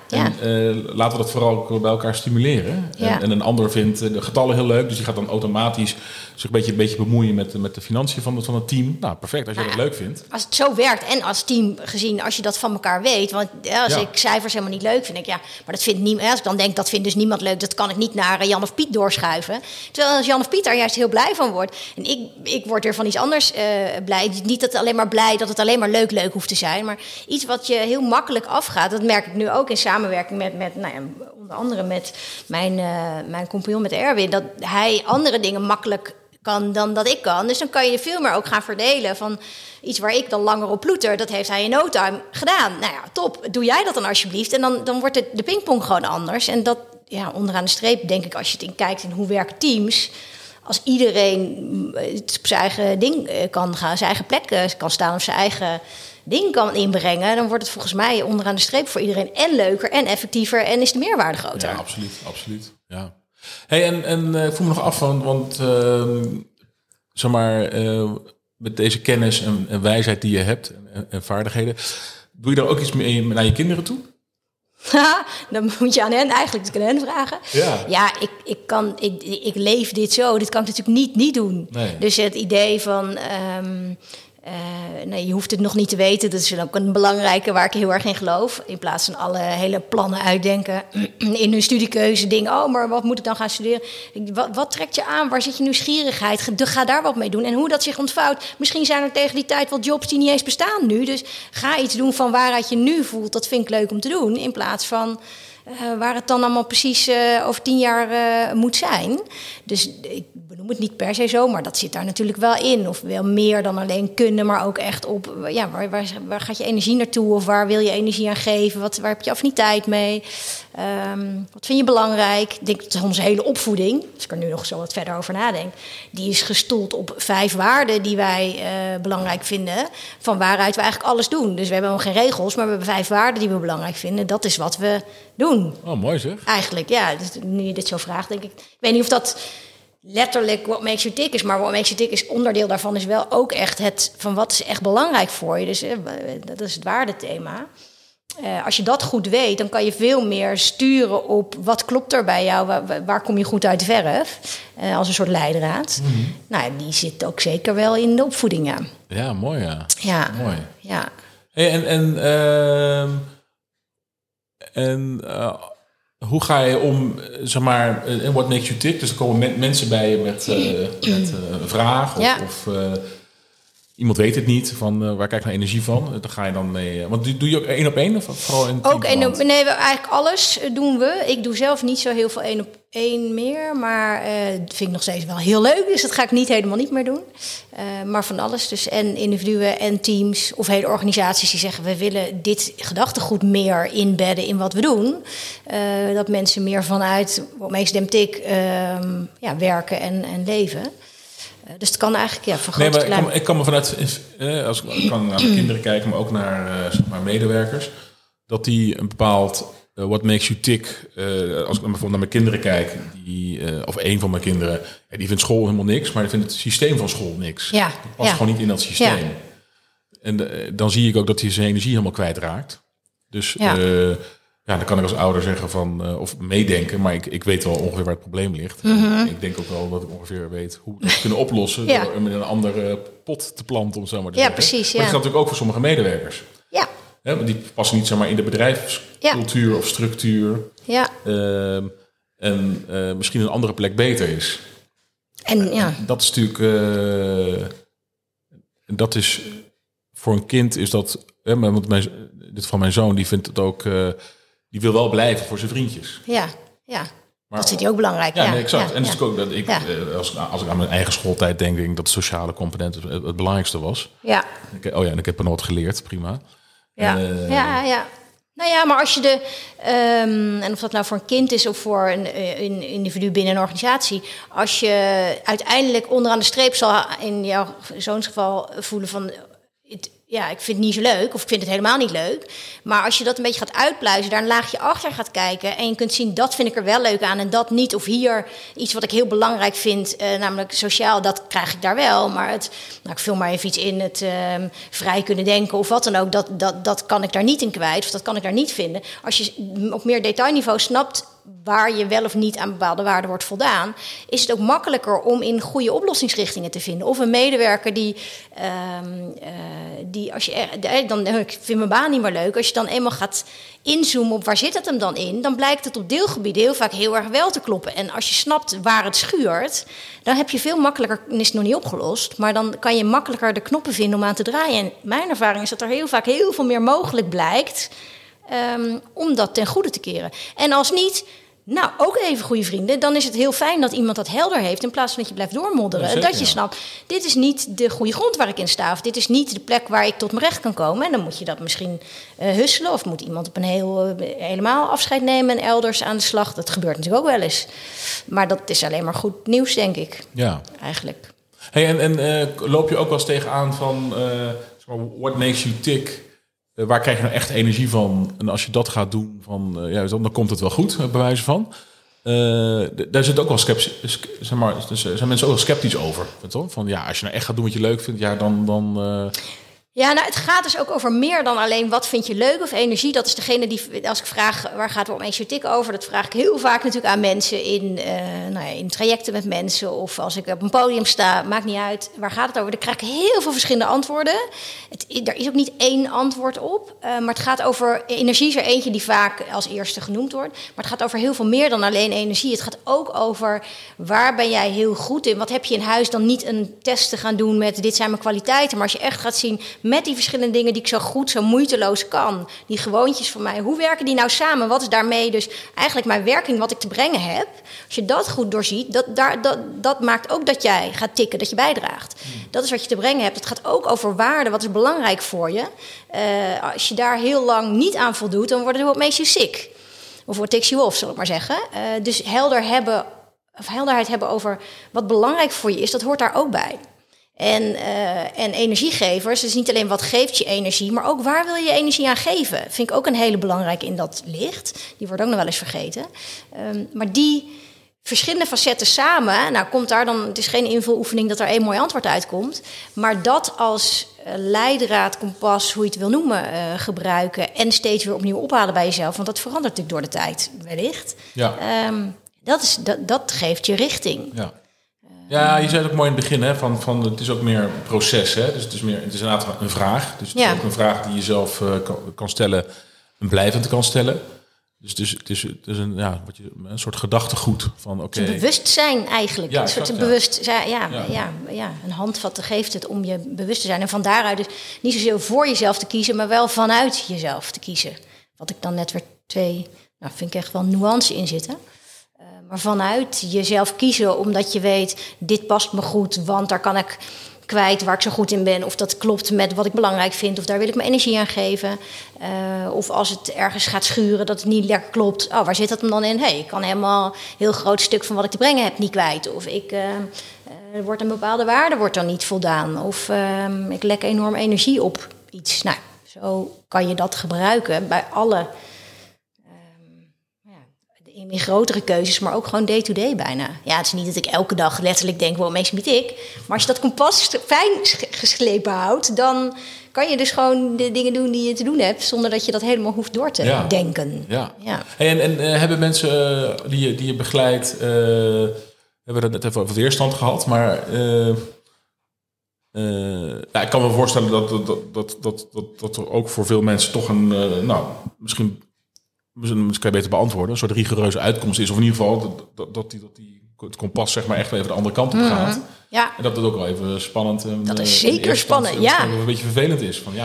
Ja. En laten we dat vooral ook bij elkaar stimuleren. Ja. En een ander vindt de getallen heel leuk. Dus die gaat dan automatisch zich een beetje bemoeien met de financiën van het team. Nou, perfect, als jij dat leuk vindt. Als het zo werkt en als team gezien, als je dat van elkaar weet. Want als ik cijfers helemaal niet leuk vind, denk ik, maar dat vindt niemand. Als ik dan denk, dat vindt dus niemand leuk, dat kan ik niet naar Jan of Piet doorschuiven. Terwijl als Jan of Piet daar juist heel blij van wordt. En ik word weer van iets anders blij. Niet dat het alleen maar blij, dat het alleen maar leuk hoeft te zijn. Maar iets wat je heel makkelijk afgaat. Dat merk ik nu ook in samenwerking met onder andere met mijn compagnon, met Erwin. Dat hij andere dingen makkelijk kan dan dat ik kan. Dus dan kan je veel meer ook gaan verdelen van iets waar ik dan langer op ploeter. Dat heeft hij in no time gedaan. Nou ja, top. Doe jij dat dan alsjeblieft. En dan wordt de pingpong gewoon anders. En dat, onderaan de streep denk ik, als je het in kijkt in hoe werken teams, als iedereen het op zijn eigen ding kan gaan, zijn eigen plek kan staan of zijn eigen ding kan inbrengen, dan wordt het volgens mij onderaan de streep voor iedereen en leuker en effectiever en is de meerwaarde groter. Ja, absoluut. Ja. Hey, en ik voel me nog af van, want zeg maar, met deze kennis en wijsheid die je hebt en vaardigheden, doe je daar ook iets mee naar je kinderen toe? Dan moet je aan hen vragen. Ja, ik leef dit zo. Dit kan ik natuurlijk niet doen. Nee. Dus het idee van je hoeft het nog niet te weten. Dat is ook een belangrijke waar ik heel erg in geloof. In plaats van alle hele plannen uitdenken in hun studiekeuze. Dingen, maar wat moet ik dan gaan studeren? Wat trekt je aan? Waar zit je nieuwsgierigheid? Ga daar wat mee doen. En hoe dat zich ontvouwt. Misschien zijn er tegen die tijd wel jobs die niet eens bestaan nu. Dus ga iets doen van waaruit je nu voelt. Dat vind ik leuk om te doen. In plaats van waar het dan allemaal precies over 10 jaar moet zijn. Dus ik benoem het niet per se zo, maar dat zit daar natuurlijk wel in. Of wel meer dan alleen kunnen, maar ook echt op waar gaat je energie naartoe? Of waar wil je energie aan geven? Waar heb je affiniteit mee? Wat vind je belangrijk? Ik denk dat onze hele opvoeding, als ik er nu nog zo wat verder over nadenk, die is gestoeld op 5 waarden die wij belangrijk vinden, van waaruit we eigenlijk alles doen. Dus we hebben geen regels, maar we hebben 5 waarden die we belangrijk vinden. Dat is wat we doen. Oh, mooi zeg. Eigenlijk, ja. Dus nu je dit zo vraagt, denk ik. Ik weet niet of dat letterlijk what makes you tick is, maar what makes you tick is onderdeel daarvan is wel ook echt het van wat is echt belangrijk voor je. Dus dat is het waardethema. Als je dat goed weet, dan kan je veel meer sturen op wat klopt er bij jou, waar kom je goed uit de verf, als een soort leidraad. Mm-hmm. Nou, die zit ook zeker wel in de opvoeding, ja. Ja, mooi, ja. Ja, mooi. Ja. Hey, hoe ga je om, zeg maar, what makes you tick? Dus er komen mensen bij je met een vraag of iemand weet het niet, van waar krijg je nou energie van? Daar ga je dan mee. Want doe je ook 1 op 1 of vooral in ook eigenlijk alles doen we. Ik doe zelf niet zo heel veel 1 op 1 meer, maar dat vind ik nog steeds wel heel leuk. Dus dat ga ik helemaal niet meer doen. Maar van alles. Dus en individuen en teams of hele organisaties die zeggen, we willen dit gedachtegoed meer inbedden in wat we doen. Dat mensen meer vanuit what makes them tick werken en leven. Dus het kan eigenlijk van grote lijn. Ik kan me vanuit, als ik kan naar mijn kinderen kijken, maar ook naar zeg maar medewerkers, dat die een bepaald what makes you tick. Als ik bijvoorbeeld naar mijn kinderen kijk, of één van mijn kinderen, die vindt school helemaal niks, maar die vindt het systeem van school niks. Ja. Dat past gewoon niet in dat systeem. Ja. En dan zie ik ook dat hij zijn energie helemaal kwijtraakt. Dus dan kan ik als ouder zeggen van, of meedenken, maar ik weet wel ongeveer waar het probleem ligt. Mm-hmm. Ik denk ook wel dat ik ongeveer weet hoe we het kunnen oplossen door hem in een andere pot te planten, om zo maar te zeggen. Precies, maar dat geldt natuurlijk ook voor sommige medewerkers. Ja. Want die passen niet zomaar in de bedrijfscultuur of structuur. Ja. En misschien een andere plek beter is. En dat is natuurlijk, dat is voor een kind is dat, want dit van mijn zoon, die vindt het ook. Die wil wel blijven voor zijn vriendjes. Ja. Maar dat vindt hij ook belangrijk. Ja, nee, exact. En dus ook dat ik, als ik aan mijn eigen schooltijd denk dat de sociale component het belangrijkste was. Ja. En ik heb er nog wat geleerd, prima. Ja. Nou ja, maar als je en of dat nou voor een kind is of voor een individu binnen een organisatie, als je uiteindelijk onderaan de streep zal in jouw zoons geval voelen van, ik vind het niet zo leuk, of ik vind het helemaal niet leuk. Maar als je dat een beetje gaat uitpluizen, daar een laagje achter gaat kijken en je kunt zien, dat vind ik er wel leuk aan en dat niet. Of hier iets wat ik heel belangrijk vind, namelijk sociaal, dat krijg ik daar wel. Maar ik vul maar even iets in, het vrij kunnen denken of wat dan ook, dat kan ik daar niet in kwijt, of dat kan ik daar niet vinden. Als je op meer detailniveau snapt waar je wel of niet aan bepaalde waarden wordt voldaan, is het ook makkelijker om in goede oplossingsrichtingen te vinden. Of een medewerker die als je dan ik vind mijn baan niet meer leuk. Als je dan eenmaal gaat inzoomen op waar zit het hem dan in, dan blijkt het op deelgebieden heel vaak heel erg wel te kloppen. En als je snapt waar het schuurt, dan heb je veel makkelijker, is het nog niet opgelost, maar dan kan je makkelijker de knoppen vinden om aan te draaien. En mijn ervaring is dat er heel vaak heel veel meer mogelijk blijkt om dat ten goede te keren. En als niet, ook even goede vrienden, dan is het heel fijn dat iemand dat helder heeft in plaats van dat je blijft doormodderen. Ja, dat je snapt, dit is niet de goede grond waar ik in sta, of dit is niet de plek waar ik tot mijn recht kan komen. En dan moet je dat misschien husselen, of moet iemand op een helemaal afscheid nemen en elders aan de slag. Dat gebeurt natuurlijk ook wel eens. Maar dat is alleen maar goed nieuws, denk ik. Ja. Eigenlijk. Hey, en loop je ook wel eens tegenaan van what makes you tick? Waar krijg je nou echt energie van? En als je dat gaat doen, dan komt het wel goed, bij wijze van. Daar zit ook wel sceptisch, zijn mensen ook wel sceptisch over. Van als je nou echt gaat doen wat je leuk vindt, dan. Ja, het gaat dus ook over meer dan alleen wat vind je leuk of energie. Dat is degene die, als ik vraag waar gaat het om energetiek over, dat vraag ik heel vaak natuurlijk aan mensen in trajecten met mensen. Of als ik op een podium sta, maakt niet uit, waar gaat het over? Dan krijg ik heel veel verschillende antwoorden. Er is ook niet één antwoord op. Maar het gaat over, energie is er eentje die vaak als eerste genoemd wordt. Maar het gaat over heel veel meer dan alleen energie. Het gaat ook over, waar ben jij heel goed in? Wat heb je in huis? Dan niet een test te gaan doen met, dit zijn mijn kwaliteiten. Maar als je echt gaat zien, met die verschillende dingen die ik zo goed, zo moeiteloos kan. Die gewoontjes van mij, hoe werken die nou samen? Wat is daarmee dus eigenlijk mijn werking, wat ik te brengen heb? Als je dat goed doorziet, dat maakt ook dat jij gaat tikken, dat je bijdraagt. Dat is wat je te brengen hebt. Het gaat ook over waarde, wat is belangrijk voor je. Als je daar heel lang niet aan voldoet, dan wordt het makes you sick. Of what takes you off, zal ik maar zeggen. Dus helderheid hebben over wat belangrijk voor je is, dat hoort daar ook bij. En energiegevers, dus niet alleen wat geeft je energie, maar ook waar wil je energie aan geven. Vind ik ook een hele belangrijke in dat licht. Die wordt ook nog wel eens vergeten. Maar die verschillende facetten samen, komt daar dan, het is geen invuloefening dat er één mooi antwoord uitkomt, maar dat als leidraad, kompas, hoe je het wil noemen, gebruiken en steeds weer opnieuw ophalen bij jezelf, want dat verandert natuurlijk door de tijd wellicht. Ja. Dat geeft je richting. Ja. Ja, je zei het ook mooi in het begin, hè, van het is ook meer een proces, hè? Dus het is inderdaad een vraag. Dus het is ook een vraag die je zelf kan stellen en blijvend kan stellen. Dus het is een soort gedachtegoed van oké. Het bewustzijn eigenlijk. Ja, een soort bewustzijn. Een handvat geeft het om je bewust te zijn. En van daaruit dus niet zozeer voor jezelf te kiezen, maar wel vanuit jezelf te kiezen. Wat ik dan net weer vind ik echt wel nuance in zitten. Maar vanuit jezelf kiezen, omdat je weet, dit past me goed, want daar kan ik kwijt waar ik zo goed in ben. Of dat klopt met wat ik belangrijk vind, of daar wil ik mijn energie aan geven. Of als het ergens gaat schuren, dat het niet lekker klopt. Oh, waar zit dat hem dan in? Ik kan helemaal een heel groot stuk van wat ik te brengen heb niet kwijt. Of er wordt een bepaalde waarde wordt dan niet voldaan. Of ik lek enorm energie op iets. Nou, zo kan je dat gebruiken bij alle in grotere keuzes, maar ook gewoon day-to-day bijna. Ja, het is niet dat ik elke dag letterlijk denk, wel meestal niet ik. Maar als je dat kompas fijn geslepen houdt, dan kan je dus gewoon de dingen doen die je te doen hebt, zonder dat je dat helemaal hoeft door te denken. Ja. En hebben mensen die je begeleidt, we hebben het net even over weerstand gehad, maar ik kan me voorstellen dat er ook voor veel mensen toch misschien kan je beter beantwoorden, een soort rigoureuze uitkomst is. Of in ieder geval dat het kompas zeg maar echt even de andere kant op gaat. Ja. En dat het ook wel even spannend. Dat is zeker spannend, ja. Een beetje vervelend is. Van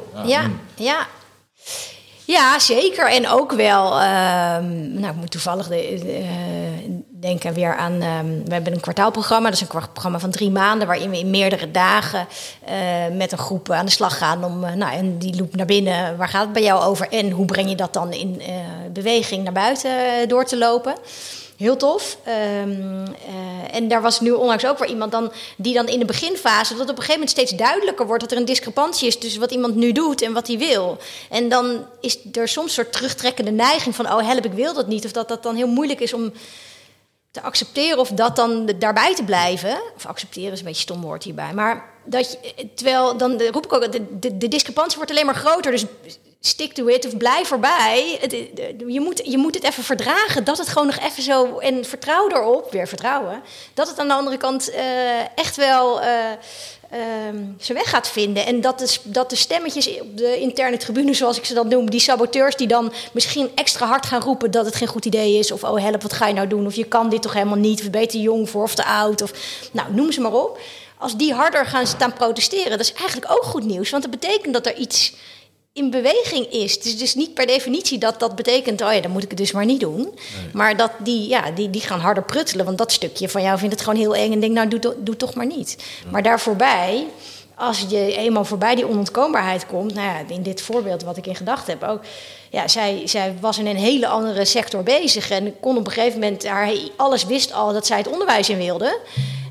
Ja, zeker. En ook wel, ik moet toevallig denken weer aan, we hebben een kwartaalprogramma. Dat is een programma van 3 maanden, waarin we in meerdere dagen met een groep aan de slag gaan om, en die loop naar binnen, waar gaat het bij jou over? En hoe breng je dat dan in beweging naar buiten door te lopen? Heel tof. En daar was nu onlangs ook weer iemand die dan in de beginfase, dat op een gegeven moment steeds duidelijker wordt dat er een discrepantie is tussen wat iemand nu doet en wat hij wil. En dan is er soms een soort terugtrekkende neiging van, help, ik wil dat niet. Of dat dan heel moeilijk is om te accepteren of dat dan daarbij te blijven. Of accepteren is een beetje een stom woord hierbij. Maar terwijl dan roep ik ook, de discrepantie wordt alleen maar groter. Dus stick to it of blijf erbij. Je moet het even verdragen. Dat het gewoon nog even zo... En vertrouw erop, weer vertrouwen. Dat het aan de andere kant echt wel zijn weg gaat vinden. En dat de stemmetjes op de interne tribune, zoals ik ze dan noem, die saboteurs die dan misschien extra hard gaan roepen dat het geen goed idee is. Of help, wat ga je nou doen? Of je kan dit toch helemaal niet? Of ben je te jong voor of te oud? Of noem ze maar op. Als die harder gaan staan protesteren, dat is eigenlijk ook goed nieuws. Want dat betekent dat er iets in beweging is. Het is dus niet per definitie dat betekent, dan moet ik het dus maar niet doen. Nee. Maar dat die gaan harder pruttelen. Want dat stukje van jou vindt het gewoon heel eng en denkt, doe toch maar niet. Ja. Maar daar voorbij, als je eenmaal voorbij die onontkoombaarheid komt, in dit voorbeeld wat ik in gedachten heb ook, zij was in een hele andere sector bezig en kon op een gegeven moment, alles wist al dat zij het onderwijs in wilde.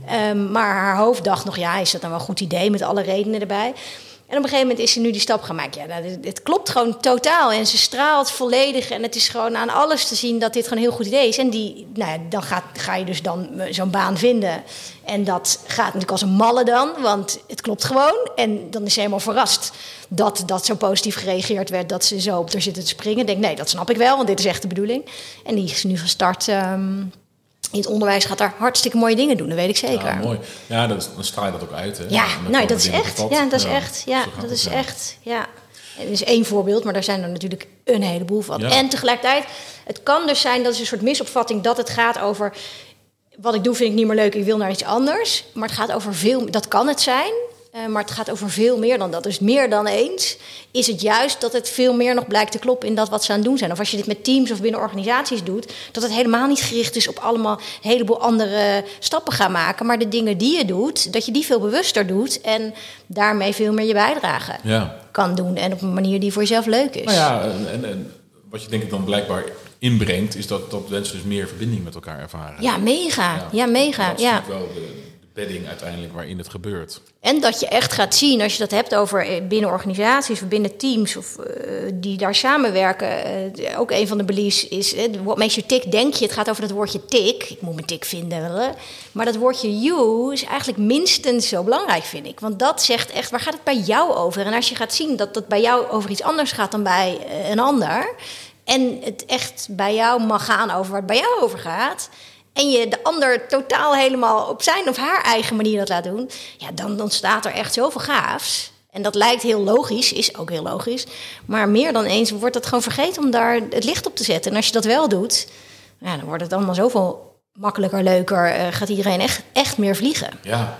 Maar haar hoofd dacht nog, is dat nou wel een goed idee met alle redenen erbij? En op een gegeven moment is ze nu die stap gaan maken. Het klopt gewoon totaal. En ze straalt volledig. En het is gewoon aan alles te zien dat dit gewoon een heel goed idee is. En dan ga je dus dan zo'n baan vinden. En dat gaat natuurlijk als een malle dan. Want het klopt gewoon. En dan is ze helemaal verrast dat zo positief gereageerd werd. Dat ze zo op er zitten te springen. Denk, nee, dat snap ik wel. Want dit is echt de bedoeling. En die is nu gestart. In het onderwijs gaat daar hartstikke mooie dingen doen, dat weet ik zeker. Ja, mooi. Ja, dan straal je dat ook uit. Hè? Dat is echt. Ja, dat is echt. Ja, dat is echt. Ja. Het is één voorbeeld, maar daar zijn er natuurlijk een heleboel van. Ja. En tegelijkertijd, het kan dus zijn, dat is een soort misopvatting, dat het gaat over, wat ik doe vind ik niet meer leuk, ik wil naar iets anders. Maar het gaat over veel, dat kan het zijn. Maar het gaat over veel meer dan dat. Dus meer dan eens is het juist dat het veel meer nog blijkt te kloppen in dat wat ze aan het doen zijn. Of als je dit met teams of binnen organisaties doet, dat het helemaal niet gericht is op allemaal een heleboel andere stappen gaan maken. Maar de dingen die je doet, dat je die veel bewuster doet en daarmee veel meer je bijdrage kan doen. En op een manier die voor jezelf leuk is. En wat je denk ik dan blijkbaar inbrengt, is dat mensen dus meer verbinding met elkaar ervaren. Ja, mega. Ja, mega. Dat is wel de bedding uiteindelijk waarin het gebeurt. En dat je echt gaat zien, als je dat hebt over binnen organisaties of binnen teams of die daar samenwerken. Ook een van de beliefs is, what makes you tick, denk je. Het gaat over dat woordje tick. Ik moet mijn tick vinden. Maar dat woordje you is eigenlijk minstens zo belangrijk, vind ik. Want dat zegt echt, waar gaat het bij jou over? En als je gaat zien dat bij jou over iets anders gaat dan bij een ander, en het echt bij jou mag gaan over waar het bij jou over gaat, en je de ander totaal helemaal op zijn of haar eigen manier dat laat doen, dan ontstaat er echt zoveel gaafs. En dat lijkt heel logisch, is ook heel logisch. Maar meer dan eens wordt het gewoon vergeten om daar het licht op te zetten. En als je dat wel doet, dan wordt het allemaal zoveel makkelijker, leuker. Gaat iedereen echt meer vliegen.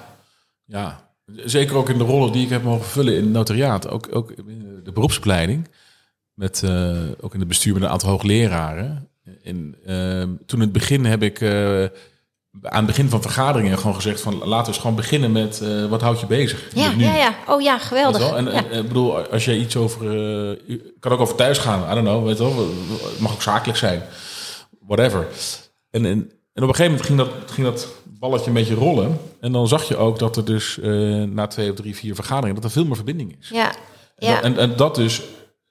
Ja, zeker ook in de rollen die ik heb mogen vullen in het notariaat. Ook in de beroepsopleiding. Met ook in het bestuur met een aantal hoogleraren. Toen in het begin heb ik aan het begin van vergaderingen gewoon gezegd van laten we eens gewoon beginnen met wat houdt je bezig? Ja. Oh ja, geweldig. En ik bedoel, als je iets over, kan ook over thuis gaan, I don't know, weet je wel, het mag ook zakelijk zijn, whatever. En op een gegeven moment ging dat balletje een beetje rollen. En dan zag je ook dat er dus na 2 of 3, 4 vergaderingen dat er veel meer verbinding is. Ja. En dat dus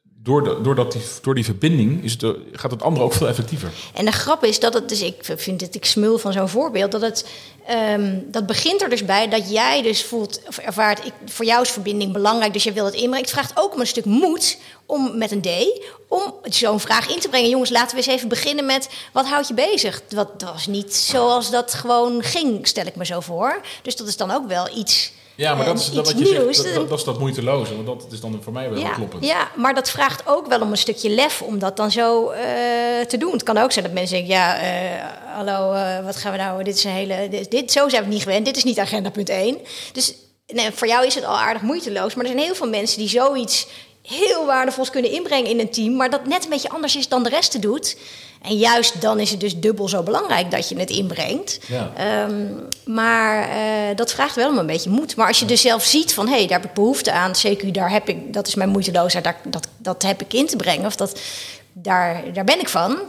door die verbinding gaat het andere ook veel effectiever. En de grap is dat het, dus ik smul van zo'n voorbeeld, dat begint er dus bij dat jij dus voelt of ervaart, voor jou is verbinding belangrijk, dus je wil het inbrengen. Het vraagt ook om een stuk moed om met een D, om zo'n vraag in te brengen. Jongens, laten we eens even beginnen met wat houdt je bezig? Dat was niet zoals dat gewoon ging, stel ik me zo voor. Dus dat is dan ook wel iets. Ja, maar dat is wat je nieuws. Zegt, dat is dat moeiteloze. Want dat is dan voor mij wel kloppend. Ja, maar dat vraagt ook wel om een stukje lef om dat dan zo te doen. Het kan ook zijn dat mensen denken, hallo, wat gaan we nou? Dit is een hele. Zo zijn we het niet gewend. Dit is niet agenda punt 1. Dus voor jou is het al aardig moeiteloos. Maar er zijn heel veel mensen die zoiets heel waardevols kunnen inbrengen in een team, maar dat net een beetje anders is dan de rest het doet. En juist dan is het dus dubbel zo belangrijk dat je het inbrengt. Ja. Maar dat vraagt wel om een beetje moed. Maar als je dus zelf ziet van, daar heb ik behoefte aan, CQ, dat is mijn moeiteloosheid, dat heb ik in te brengen, of daar ben ik van,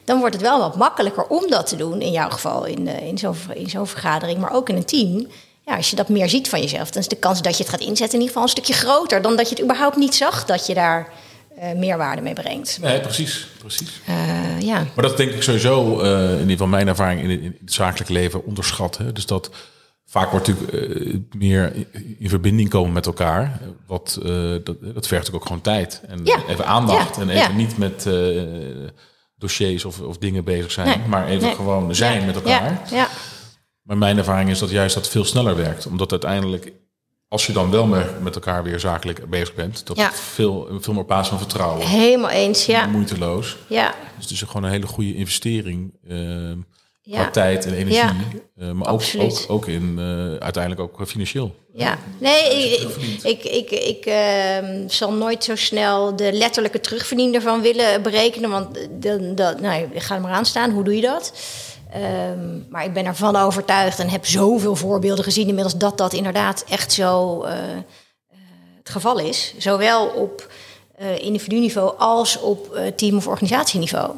dan wordt het wel wat makkelijker om dat te doen. In jouw geval in zo'n vergadering, maar ook in een team. Ja, als je dat meer ziet van jezelf, dan is de kans dat je het gaat inzetten in ieder geval een stukje groter dan dat je het überhaupt niet zag dat je daar meerwaarde mee brengt. Nee, precies. Ja. Maar dat denk ik sowieso, in ieder geval mijn ervaring in het zakelijke leven, onderschat. Hè? Dus dat vaak wordt natuurlijk meer in verbinding komen met elkaar. Dat vergt ook gewoon tijd. En even aandacht. En even niet met dossiers of dingen bezig zijn. Maar even gewoon zijn met elkaar. Ja. Maar mijn ervaring is dat juist dat veel sneller werkt. Omdat uiteindelijk, als je dan wel met elkaar weer zakelijk bezig bent, dat het veel meer op basis van vertrouwen. Helemaal eens, ja. Moeiteloos. Ja. Dus het is gewoon een hele goede investering. Qua tijd en energie. Ja. Maar ook in uiteindelijk ook financieel. Ja, nee, ik zal nooit zo snel de letterlijke terugverdiening ervan willen berekenen. Want ik ga er maar aan staan. Hoe doe je dat? Maar ik ben ervan overtuigd en heb zoveel voorbeelden gezien inmiddels dat inderdaad echt zo het geval is. Zowel op individuuniveau als op team- of organisatieniveau.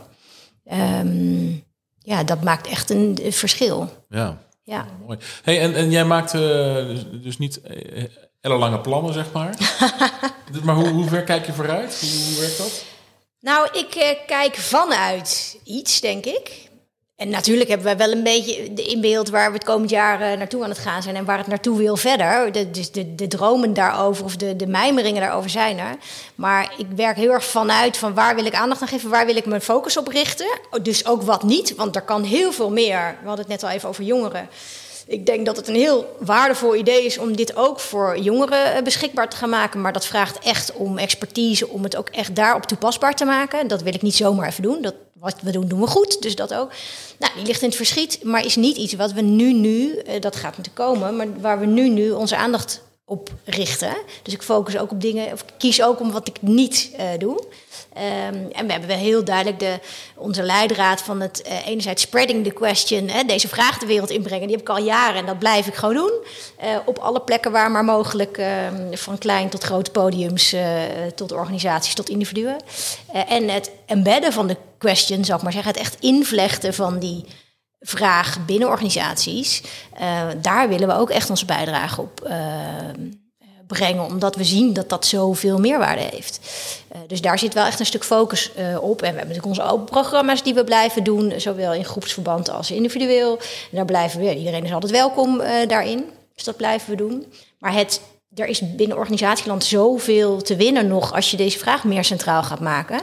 Dat maakt echt een verschil. Ja. Mooi. Hey, en jij maakt dus niet ellenlange plannen, zeg maar. Maar hoe ver kijk je vooruit? Hoe werkt dat? Nou, ik kijk vanuit iets, denk ik. En natuurlijk hebben wij wel een beetje in beeld waar we het komend jaar naartoe aan het gaan zijn en waar het naartoe wil verder. Dus de dromen daarover of de mijmeringen daarover zijn er. Maar ik werk heel erg vanuit van waar wil ik aandacht aan geven, waar wil ik mijn focus op richten. Dus ook wat niet, want er kan heel veel meer. We hadden het net al even over jongeren. Ik denk dat het een heel waardevol idee is om dit ook voor jongeren beschikbaar te gaan maken. Maar dat vraagt echt om expertise, om het ook echt daarop toepasbaar te maken. Dat wil ik niet zomaar even doen. Wat we doen, doen we goed. Dus dat ook. Nou, die ligt in het verschiet, maar is niet iets wat we nu, dat gaat moeten komen, maar waar we nu onze aandacht op richten. Dus ik focus ook op dingen, of kies ook om wat ik niet doe. En we hebben wel heel duidelijk onze leidraad van het enerzijds spreading the question, deze vraag de wereld inbrengen. Die heb ik al jaren en dat blijf ik gewoon doen. Op alle plekken waar maar mogelijk, van klein tot grote podiums, tot organisaties, tot individuen. En het embedden van de question, zal ik maar zeggen, het echt invlechten van die vraag binnen organisaties. Daar willen we ook echt onze bijdrage op brengen, omdat we zien dat dat zoveel meerwaarde heeft. Dus daar zit wel echt een stuk focus op. En we hebben natuurlijk onze open programma's die we blijven doen, zowel in groepsverband als individueel. En daar blijven we, iedereen is altijd welkom daarin. Dus dat blijven we doen. Maar er is binnen organisatieland zoveel te winnen nog als je deze vraag meer centraal gaat maken.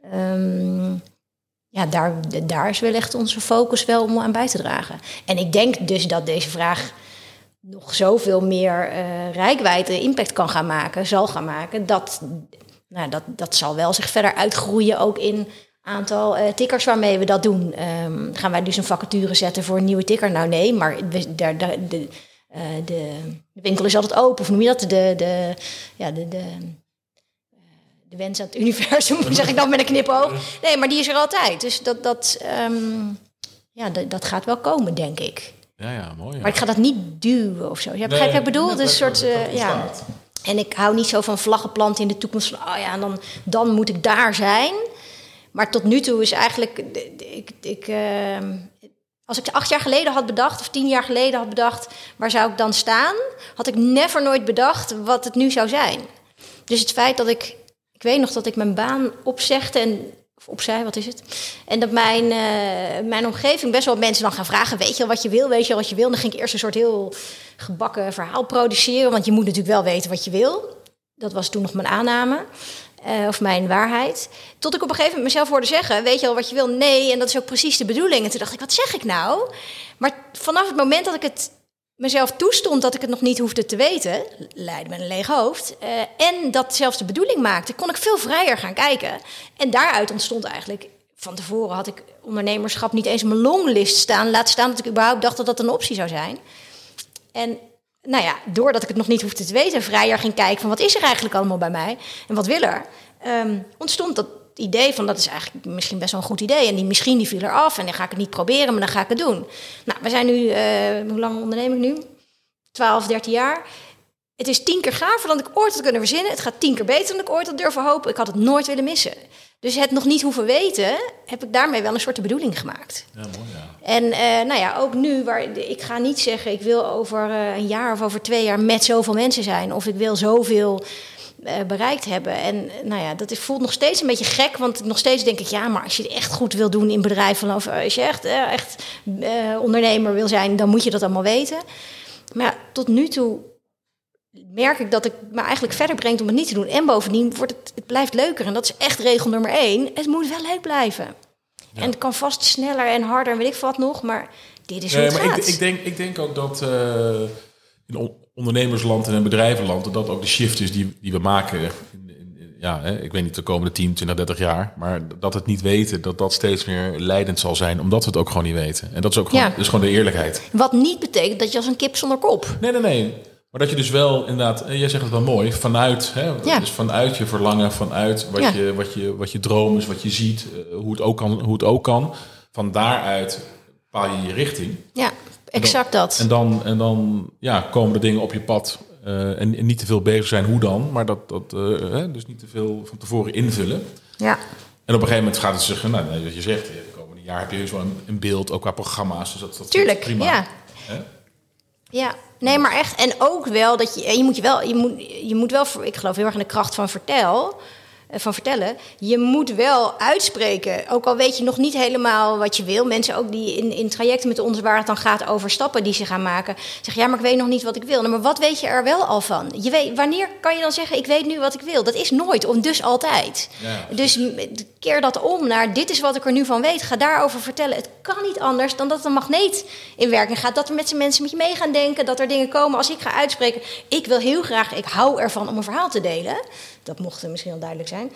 Daar is wel echt onze focus wel om aan bij te dragen. En ik denk dus dat deze vraag nog zoveel meer reikwijdte impact kan gaan maken, zal gaan maken. Dat zal wel zich verder uitgroeien, ook in aantal tickers waarmee we dat doen. Gaan wij dus een vacature zetten voor een nieuwe ticker? Nou nee, maar de winkel is altijd open. Of noem je dat? De wens aan het universum, zeg ik dan met een knipoog. Nee, maar die is er altijd. Dus dat gaat wel komen, denk ik. Ja, mooi. Ja. Maar ik ga dat niet duwen of zo. Ja, begrijp je wat ik bedoel? Het is een soort, En ik hou niet zo van vlaggenplanten in de toekomst. Van, dan moet ik daar zijn. Maar tot nu toe is eigenlijk... als ik 8 jaar geleden had bedacht, of 10 jaar geleden had bedacht, waar zou ik dan staan? Had ik nooit bedacht wat het nu zou zijn. Dus het feit dat ik weet nog dat ik mijn baan opzegde of opzij, wat is het? En dat mijn omgeving best wel mensen dan gaan vragen, weet je al wat je wil, weet je al wat je wil? En dan ging ik eerst een soort heel gebakken verhaal produceren, want je moet natuurlijk wel weten wat je wil. Dat was toen nog mijn aanname, of mijn waarheid. Tot ik op een gegeven moment mezelf hoorde zeggen, weet je al wat je wil? Nee, en dat is ook precies de bedoeling. En toen dacht ik, wat zeg ik nou? Maar vanaf het moment dat ik het mezelf toestond dat ik het nog niet hoefde te weten, leidde met een leeg hoofd, en dat zelfs de bedoeling maakte, kon ik veel vrijer gaan kijken. En daaruit ontstond eigenlijk, van tevoren had ik ondernemerschap niet eens op mijn longlist staan, laat staan dat ik überhaupt dacht dat dat een optie zou zijn. En doordat ik het nog niet hoefde te weten, vrijer ging kijken van wat is er eigenlijk allemaal bij mij en wat wil er, ontstond dat idee van dat is eigenlijk misschien best wel een goed idee. En die viel eraf en dan ga ik het niet proberen, maar dan ga ik het doen. Nou, we zijn nu, hoe lang onderneem ik nu? 12, 13 jaar. Het is 10 keer gaver dan ik ooit had kunnen verzinnen. Het gaat 10 keer beter dan ik ooit had durven hopen. Ik had het nooit willen missen. Dus het nog niet hoeven weten, heb ik daarmee wel een soort de bedoeling gemaakt. Ja, mooi, En ook nu, ik ga niet zeggen, ik wil over een jaar of over 2 jaar met zoveel mensen zijn. Of ik wil zoveel bereikt hebben. En voelt nog steeds een beetje gek, want nog steeds denk ik, ja, maar als je het echt goed wil doen in bedrijven, of als je echt ondernemer wil zijn, dan moet je dat allemaal weten. Maar ja, tot nu toe merk ik dat ik me eigenlijk verder brengt om het niet te doen. En bovendien wordt het blijft leuker. En dat is echt regel nummer 1. Het moet wel leuk blijven. Ja. En het kan vast sneller en harder en weet ik wat nog. Maar dit is hoe het gaat. Ik denk ook dat in ondernemersland en in bedrijvenland, dat ook de shift is die we maken. Ik weet niet, de komende 10, 20, 30 jaar. Maar dat het niet weten, dat steeds meer leidend zal zijn. Omdat we het ook gewoon niet weten. En dat is ook gewoon, dus gewoon de eerlijkheid. Wat niet betekent dat je als een kip zonder kop. Nee. Maar dat je dus wel inderdaad, jij zegt het wel mooi, vanuit, dus vanuit je verlangen, vanuit wat je droom is, wat je ziet, hoe het ook kan. Van daaruit bepaal je richting. Ja, exact dat. En dan komen de dingen op je pad en niet te veel bezig zijn hoe dan, maar dus niet te veel van tevoren invullen. Ja. En op een gegeven moment gaat het zeggen, wat je zegt, de komende jaar heb je dus wel een beeld, ook qua programma's. Dus dat tuurlijk, prima. Ja. Ja, nee, maar echt. En ook wel dat je moet wel, ik geloof heel erg in de kracht van vertellen. Je moet wel uitspreken. Ook al weet je nog niet helemaal wat je wil. Mensen ook die in trajecten met ons, waar het dan gaat over stappen die ze gaan maken, zeggen, ja, maar ik weet nog niet wat ik wil. Nou, maar wat weet je er wel al van? Wanneer kan je dan zeggen, ik weet nu wat ik wil? Dat is nooit, of dus altijd. Ja. Dus keer dat om naar, dit is wat ik er nu van weet. Ga daarover vertellen. Het kan niet anders dan dat een magneet in werking gaat. Dat er met mensen met je mee gaan denken. Dat er dingen komen als ik ga uitspreken. Ik wil heel graag, ik hou ervan om een verhaal te delen. Dat mocht misschien al duidelijk zijn.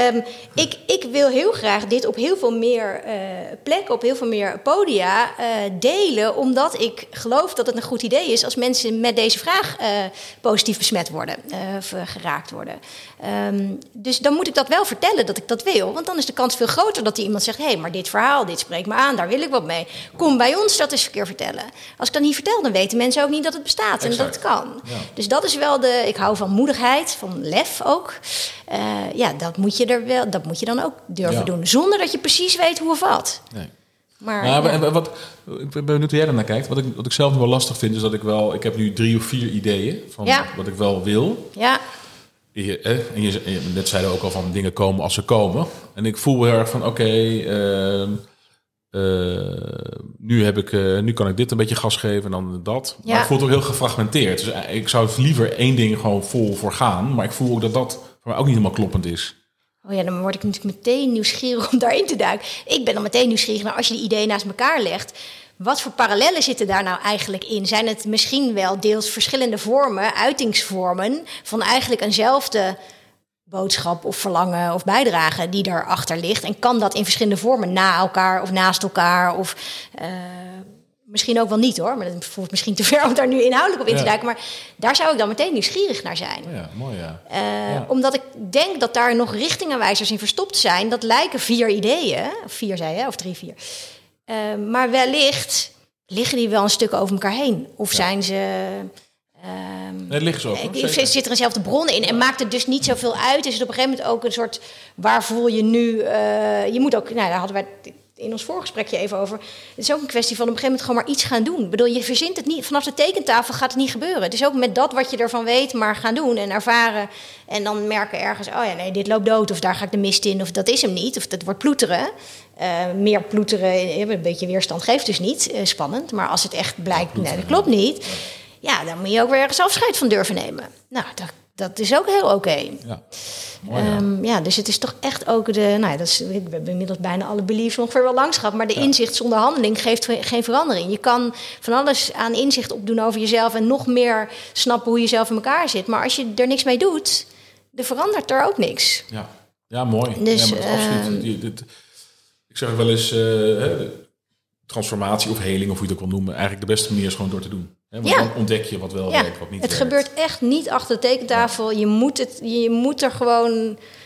Ik wil heel graag dit op heel veel meer plekken, op heel veel meer podia delen. Omdat ik geloof dat het een goed idee is als mensen met deze vraag positief besmet worden. Of geraakt worden. Dus dan moet ik dat wel vertellen dat ik dat wil. Want dan is de kans veel groter dat iemand zegt, hé, maar dit verhaal, dit spreekt me aan, daar wil ik wat mee. Kom bij ons dat eens een keer vertellen. Als ik dat niet vertel, dan weten mensen ook niet dat het bestaat. Exact. En dat het kan. Ja. Dus dat is wel ik hou van moedigheid, van lef ook. Dat moet je dan ook durven doen. Zonder dat je precies weet hoe of wat. Nee. Maar ik ben benieuwd hoe jij er naar kijkt. Wat ik zelf nog wel lastig vind, is dat ik heb nu 3 of 4 ideeën van wat ik wel wil. Ja. En je net zeiden ook al van dingen komen als ze komen. En ik voel heel erg van nu kan ik dit een beetje gas geven en dan dat. Maar het voelt ook heel gefragmenteerd. Dus ik zou liever 1 ding gewoon vol voor gaan. Maar ik voel ook dat voor mij ook niet helemaal kloppend is. Oh ja, dan word ik natuurlijk meteen nieuwsgierig om daarin te duiken. Ik ben dan meteen nieuwsgierig naar als je die ideeën naast elkaar legt. Wat voor parallellen zitten daar nou eigenlijk in? Zijn het misschien wel deels verschillende vormen, uitingsvormen van eigenlijk eenzelfde boodschap of verlangen of bijdrage die daarachter ligt? En kan dat in verschillende vormen na elkaar of naast elkaar? Of misschien ook wel niet hoor, maar dat voelt misschien te ver om daar nu inhoudelijk op in te duiken. Maar daar zou ik dan meteen nieuwsgierig naar zijn. Ja, mooi ja. Omdat ik denk dat daar nog richtingaanwijzers in verstopt zijn. Dat lijken 4 ideeën, of 4 zei je, of 3, 4. Maar wellicht liggen die wel een stuk over elkaar heen. Of zijn ze... Nee, liggen ze ook. Zit er eenzelfde bron in en maakt het dus niet zoveel uit. Is het op een gegeven moment ook een soort... Waar voel je nu... je moet ook... daar hadden wij in ons voorgesprekje even over. Het is ook een kwestie van op een gegeven moment gewoon maar iets gaan doen. Ik bedoel, je verzint het niet. Vanaf de tekentafel gaat het niet gebeuren. Het is ook met dat wat je ervan weet, maar gaan doen en ervaren. En dan merken ergens, dit loopt dood. Of daar ga ik de mist in. Of dat is hem niet. Of dat wordt ploeteren. Meer ploeteren, een beetje weerstand geeft dus niet. Spannend. Maar als het echt blijkt, dat klopt niet. Ja, dan moet je ook weer ergens afscheid van durven nemen. Nou, dat is ook heel oké. Ja. Mooi, dus het is toch echt ook we hebben inmiddels bijna alle beliefs ongeveer wel langs gehad. Maar de inzicht zonder handeling geeft geen verandering. Je kan van alles aan inzicht opdoen over jezelf en nog meer snappen hoe je zelf in elkaar zit. Maar als je er niks mee doet, dan verandert er ook niks. Ja mooi. Dus, absoluut. Ik zeg wel eens, transformatie of heling, of hoe je het ook wil noemen, eigenlijk de beste manier is gewoon door te doen. Want dan ontdek je wat wel werkt, wat niet het werkt. Gebeurt echt niet achter de tekentafel. Je moet er gewoon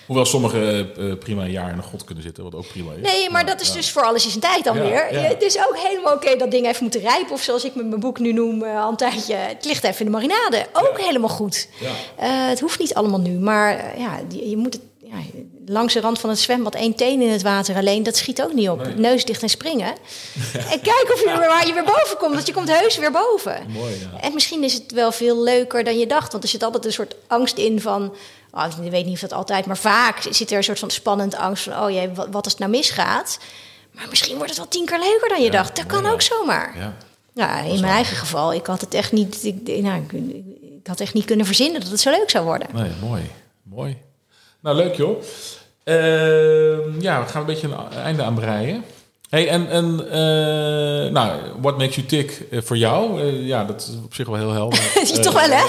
Hoewel sommigen prima een jaar in een god kunnen zitten, wat ook prima is. Nee, maar dat is dus voor alles is een tijd dan weer. Ja. Het is ook helemaal oké dat dingen even moeten rijpen. Of zoals ik met mijn boek nu noem, al een tijdje, het ligt even in de marinade. Ook helemaal goed. Ja. Het hoeft niet allemaal nu, maar je moet het... Ja, langs de rand van het zwembad 1 teen in het water alleen, dat schiet ook niet op. Nee. Neus dicht en springen. En kijk of waar je weer boven komt, want je komt heus weer boven. Mooi, ja. En misschien is het wel veel leuker dan je dacht, want er zit altijd een soort angst in van... ik weet niet of dat altijd, maar vaak zit er een soort van spannend angst van... wat als het nou misgaat? Maar misschien wordt het wel 10 keer leuker dan je dacht. Dat kan ook zomaar. Ja, in mijn eigen geval, ik had het echt niet... Ik had echt niet kunnen verzinnen dat het zo leuk zou worden. Nee, mooi. Nou, leuk joh. We gaan een beetje een einde aan breien. Hey, what makes you tick voor jou? Dat is op zich wel heel helder. Toch wel, hè?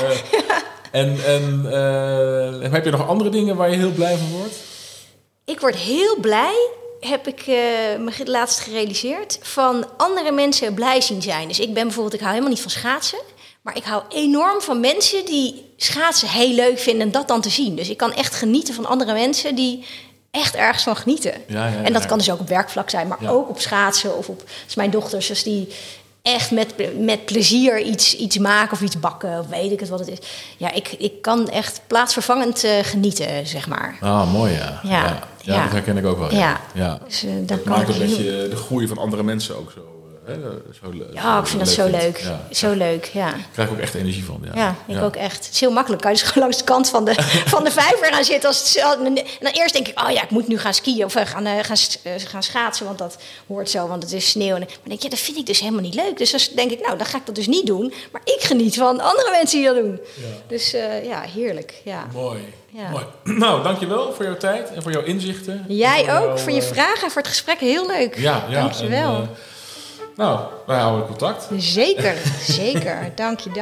Heb je nog andere dingen waar je heel blij van wordt? Ik word heel blij, heb ik me laatst gerealiseerd, van andere mensen blij zien zijn. Dus ik hou helemaal niet van schaatsen. Maar ik hou enorm van mensen die schaatsen heel leuk vinden en dat dan te zien. Dus ik kan echt genieten van andere mensen die echt ergens van genieten. En dat kan dus ook op werkvlak zijn, maar ook op schaatsen of op... Dus mijn dochters, dus die echt met plezier iets maken of iets bakken, of weet ik het wat het is. Ja, ik kan echt plaatsvervangend genieten, zeg maar. Ah, mooi ja. Ja, dat herken ik ook wel. Ja. Dus, dat maakt een beetje de groei van andere mensen ook zo. Ik vind dat zo leuk. Ja. Zo leuk, ja. Daar krijg ik ook echt energie van. Ja, ik ook echt. Het is heel makkelijk. Kan je dus gewoon langs de kant van de vijver gaan zitten. En dan eerst denk ik, ik moet nu gaan skiën of gaan schaatsen, want dat hoort zo, want het is sneeuw. Maar denk je, dat vind ik dus helemaal niet leuk. Dus dan denk ik, dan ga ik dat dus niet doen. Maar ik geniet van andere mensen die dat doen. Ja. Dus heerlijk. Ja. Mooi. Nou, dankjewel voor jouw tijd en voor jouw inzichten. Jij ook, voor je vragen en voor het gesprek. Heel leuk. Dankjewel. Wij houden contact. Zeker. Dank je.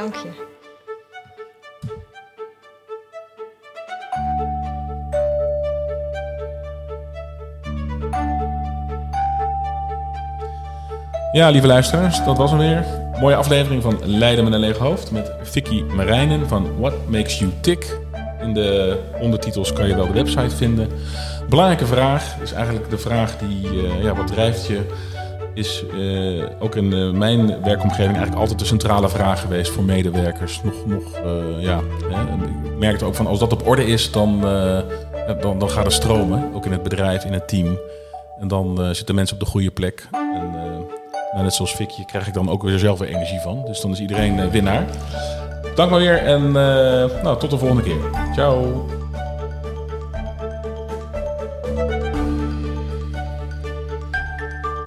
Ja, lieve luisteraars, dat was hem weer. Mooie aflevering van Leiden met een leeg hoofd met Vicky Marijnen van What Makes You Tick. In de ondertitels kan je wel de website vinden. Belangrijke vraag is eigenlijk de vraag die, wat drijft je... is ook in mijn werkomgeving eigenlijk altijd de centrale vraag geweest voor medewerkers. Ik merkte ook van als dat op orde is, dan gaat het stromen. Ook in het bedrijf, in het team. En dan zitten mensen op de goede plek. En net zoals Vicky krijg ik dan ook weer zelf weer energie van. Dus dan is iedereen winnaar. Dank maar weer en tot de volgende keer. Ciao.